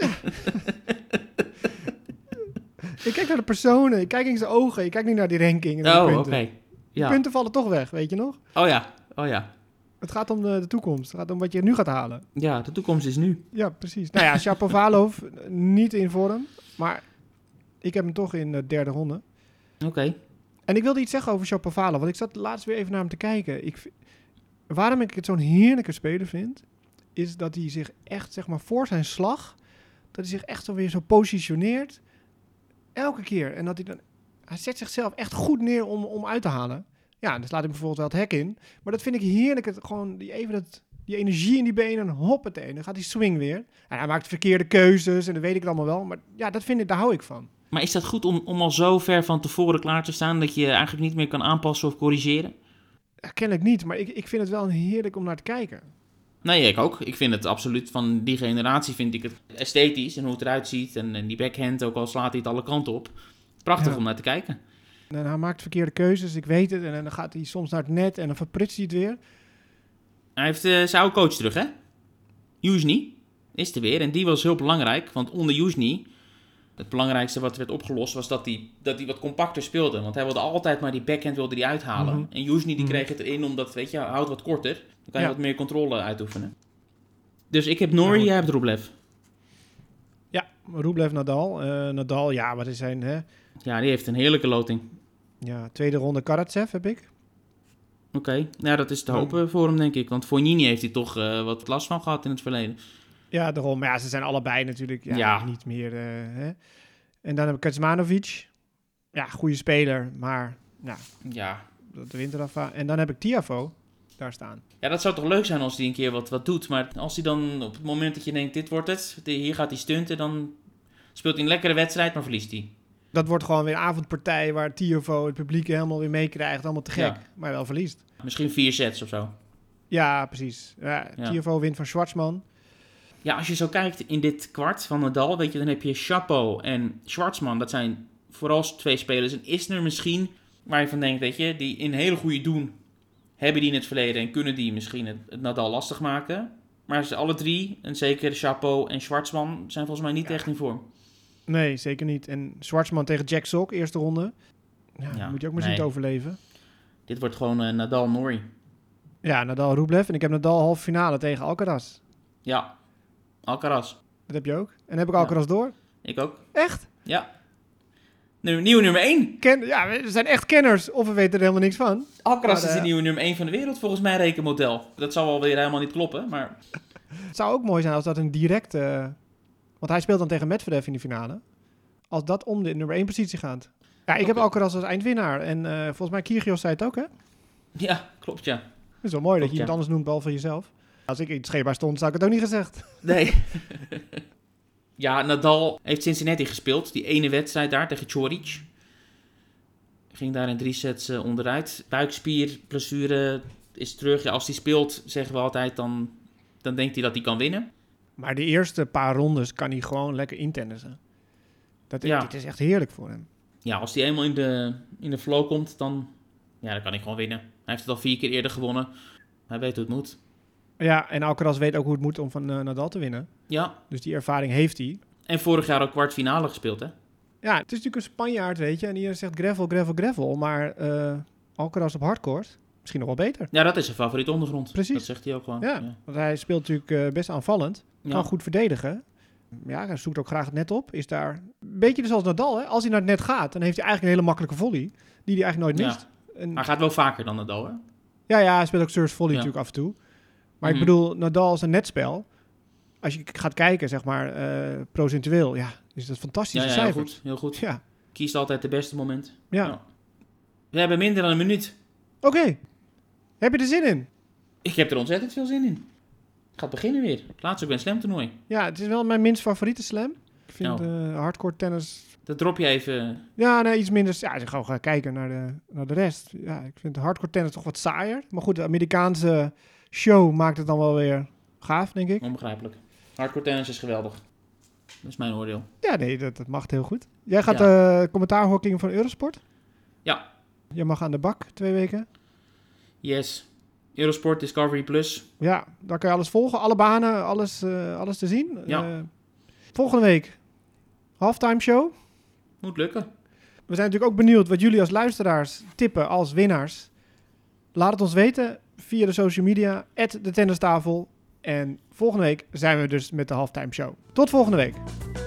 Ik kijk naar de personen, ik kijk in zijn ogen, ik kijk niet naar die ranking. En de Oh, oké. punten. Okay. Ja. Die punten vallen toch weg, weet je nog? Oh ja, oh ja. Het gaat om de, de toekomst. Het gaat om wat je nu gaat halen. Ja, de toekomst is nu. Ja, precies. Nou ja, Shapovalov niet in vorm, maar ik heb hem toch in de derde ronde. Oké. Okay. En ik wilde iets zeggen over Shapovalov, want ik zat laatst weer even naar hem te kijken. Ik, waarom ik het zo'n heerlijke speler vind, is dat hij zich echt, zeg maar, voor zijn slag, dat hij zich echt zo weer zo positioneert. Elke keer. En dat hij dan hij zet zichzelf echt goed neer om, om uit te halen. Ja, dan slaat hij bijvoorbeeld wel het hek in. Maar dat vind ik heerlijk. Het, gewoon die, even dat, die energie in die benen. Hoppatee. Dan gaat die swing weer. En hij maakt verkeerde keuzes. En dat weet ik het allemaal wel. Maar ja, dat vind ik, daar hou ik van. Maar is dat goed om, om al zo ver van tevoren klaar te staan dat je eigenlijk niet meer kan aanpassen of corrigeren? Ja, kennelijk niet. Maar ik, ik vind het wel heerlijk om naar te kijken. Nee, ik ook. Ik vind het absoluut van die generatie vind ik het esthetisch en hoe het eruit ziet. En, en die backhand, ook al slaat hij het alle kanten op. Prachtig Ja. om naar te kijken. En hij maakt verkeerde keuzes. Ik weet het. En dan gaat hij soms naar het net. En dan verprutst hij het weer. Hij heeft uh, zijn oude coach terug, hè? Jusny is er weer. En die was heel belangrijk. Want onder Jusny, het belangrijkste wat werd opgelost, was dat hij, dat hij wat compacter speelde. Want hij wilde altijd maar die backhand wilde hij uithalen. Mm-hmm. En Jusny die Mm-hmm. kreeg het erin omdat, weet je, hij houdt wat korter. Dan kan je Ja. wat meer controle uitoefenen. Dus ik heb Norrie, Ja, jij hebt Rublev. Ja, Rublev, Nadal. Uh, Nadal, ja, wat is zijn... Hè? Ja, die heeft een heerlijke loting. Ja, tweede ronde Karatsev heb ik. Oké, okay. Nou dat is te hopen voor hem denk ik. Want Fognini heeft hij toch uh, wat last van gehad in het verleden. Ja, daarom. Maar ja, ze zijn allebei natuurlijk ja, Ja. niet meer... Uh, hè? En dan heb ik Kecmanovic. Ja, goede speler, maar ja, Ja. de wint eraf. En dan heb ik Tiafoe daar staan. Ja, dat zou toch leuk zijn als hij een keer wat, wat doet. Maar als hij dan op het moment dat je denkt, dit wordt het, hier gaat hij stunten, dan speelt hij een lekkere wedstrijd, maar verliest hij. Dat wordt gewoon weer een avondpartij waar Tiafoe het publiek helemaal weer meekrijgt. Allemaal te gek, Ja. maar wel verliest. Misschien vier sets of zo. Ja, precies. Ja, Ja. Tiafoe wint van Schwartzman. Ja, als je zo kijkt in dit kwart van Nadal, weet je, dan heb je Chapo en Schwartzman. Dat zijn vooral twee spelers. En Isner misschien, waar je van denkt, weet je, die in hele goede doen, hebben die in het verleden en kunnen die misschien het, het Nadal lastig maken. Maar ze alle drie, en zeker Chapo en Schwartzman, zijn volgens mij niet Ja. echt in vorm. Nee, zeker niet. En Schwartzman tegen Jack Sock, eerste ronde. Ja, Ja, moet je ook maar nee. zien te overleven. Dit wordt gewoon uh, Nadal-Norrie. Ja, Nadal Rublev. En ik heb Nadal halve finale tegen Alcaraz. Ja, Alcaraz. Dat heb je ook. En heb ik Alcaraz door. Ik ook. Echt? Ja. Nu, nieuwe nummer één. Ken, ja, we zijn echt kenners. Of we weten er helemaal niks van. Alcaraz Maar, is de uh, nieuwe nummer één van de wereld volgens mijn rekenmodel. Dat zal wel weer helemaal niet kloppen, maar... Het zou ook mooi zijn als dat een directe... Want hij speelt dan tegen Medvedev in de finale. Als dat om de nummer één positie gaat. Ja, ik heb Oké. Alcaraz als eindwinnaar. En uh, volgens mij Kyrgios zei het ook, hè? Dat Ja, klopt ja. is wel mooi dat Klopt, je iemand ja. anders noemt, behalve jezelf. Als ik in het scheepbaar stond, zou ik het ook niet gezegd. Nee. Ja, Nadal heeft Cincinnati gespeeld. Die ene wedstrijd daar tegen Djoric. Ging daar in drie sets uh, onderuit. Buikspier, blessure is terug. Ja, als hij speelt, zeggen we altijd, dan, dan denkt hij dat hij kan winnen. Maar de eerste paar rondes kan hij gewoon lekker intennissen. Dat is, Ja. Dit is echt heerlijk voor hem. Ja, als hij eenmaal in de, in de flow komt, dan, ja, dan kan hij gewoon winnen. Hij heeft het al vier keer eerder gewonnen. Hij weet hoe het moet. Ja, en Alcaraz weet ook hoe het moet om van uh, Nadal te winnen. Ja, Dus die ervaring heeft hij. en vorig jaar ook kwartfinale gespeeld, hè? Ja, het is natuurlijk een Spanjaard, weet je. En iedereen zegt gravel, gravel, gravel. Maar uh, Alcaraz op hardcourt, misschien nog wel beter. Ja, dat is zijn favoriete ondergrond. Precies. Dat zegt hij ook gewoon. Ja, ja. want hij speelt natuurlijk uh, best aanvallend. Ja. Kan goed verdedigen. Ja, hij zoekt ook graag het net op. Is daar een beetje dus als Nadal, hè. Als hij naar het net gaat, dan heeft hij eigenlijk een hele makkelijke volley. Die hij eigenlijk nooit Ja. mist. En, Maar hij gaat wel vaker dan Nadal, hè? ja, ja, hij speelt ook service volley Ja. natuurlijk af en toe. Maar Mhm. ik bedoel, Nadal is een netspel. Als je gaat kijken, zeg maar, uh, procentueel, ja, is dat Ja, fantastische ja, heel cijfers. goed. Heel goed. Ja, Kiest altijd het beste moment. ja. Ja. We hebben minder dan een minuut. Oké. Heb je er zin in? Ik heb er ontzettend veel zin in. Het gaat beginnen weer. Het laatste Grand Slam toernooi. Ja, het is wel mijn minst favoriete slam. Ik vind Oh. uh, hardcore tennis... Dat drop je even. Ja, nee, iets minder... Ja, ik ga gewoon kijken naar de, naar de rest. Ja, ik vind de hardcore tennis toch wat saaier. Maar goed, de Amerikaanse show maakt het dan wel weer gaaf, denk ik. Onbegrijpelijk. Hardcore tennis is geweldig. Dat is mijn oordeel. Ja, nee, dat, dat mag heel goed. Jij gaat Ja. uh, commentaarhocking van Eurosport? Ja. Je mag aan de bak twee weken. Yes. Eurosport Discovery Plus. Ja, daar kan je alles volgen. Alle banen, alles, uh, alles te zien. Ja. Uh, volgende week, halftime show. Moet lukken. We zijn natuurlijk ook benieuwd wat jullie als luisteraars tippen als winnaars. Laat het ons weten via de social media, at de tennistafel. En volgende week zijn we dus met de halftime show. Tot volgende week.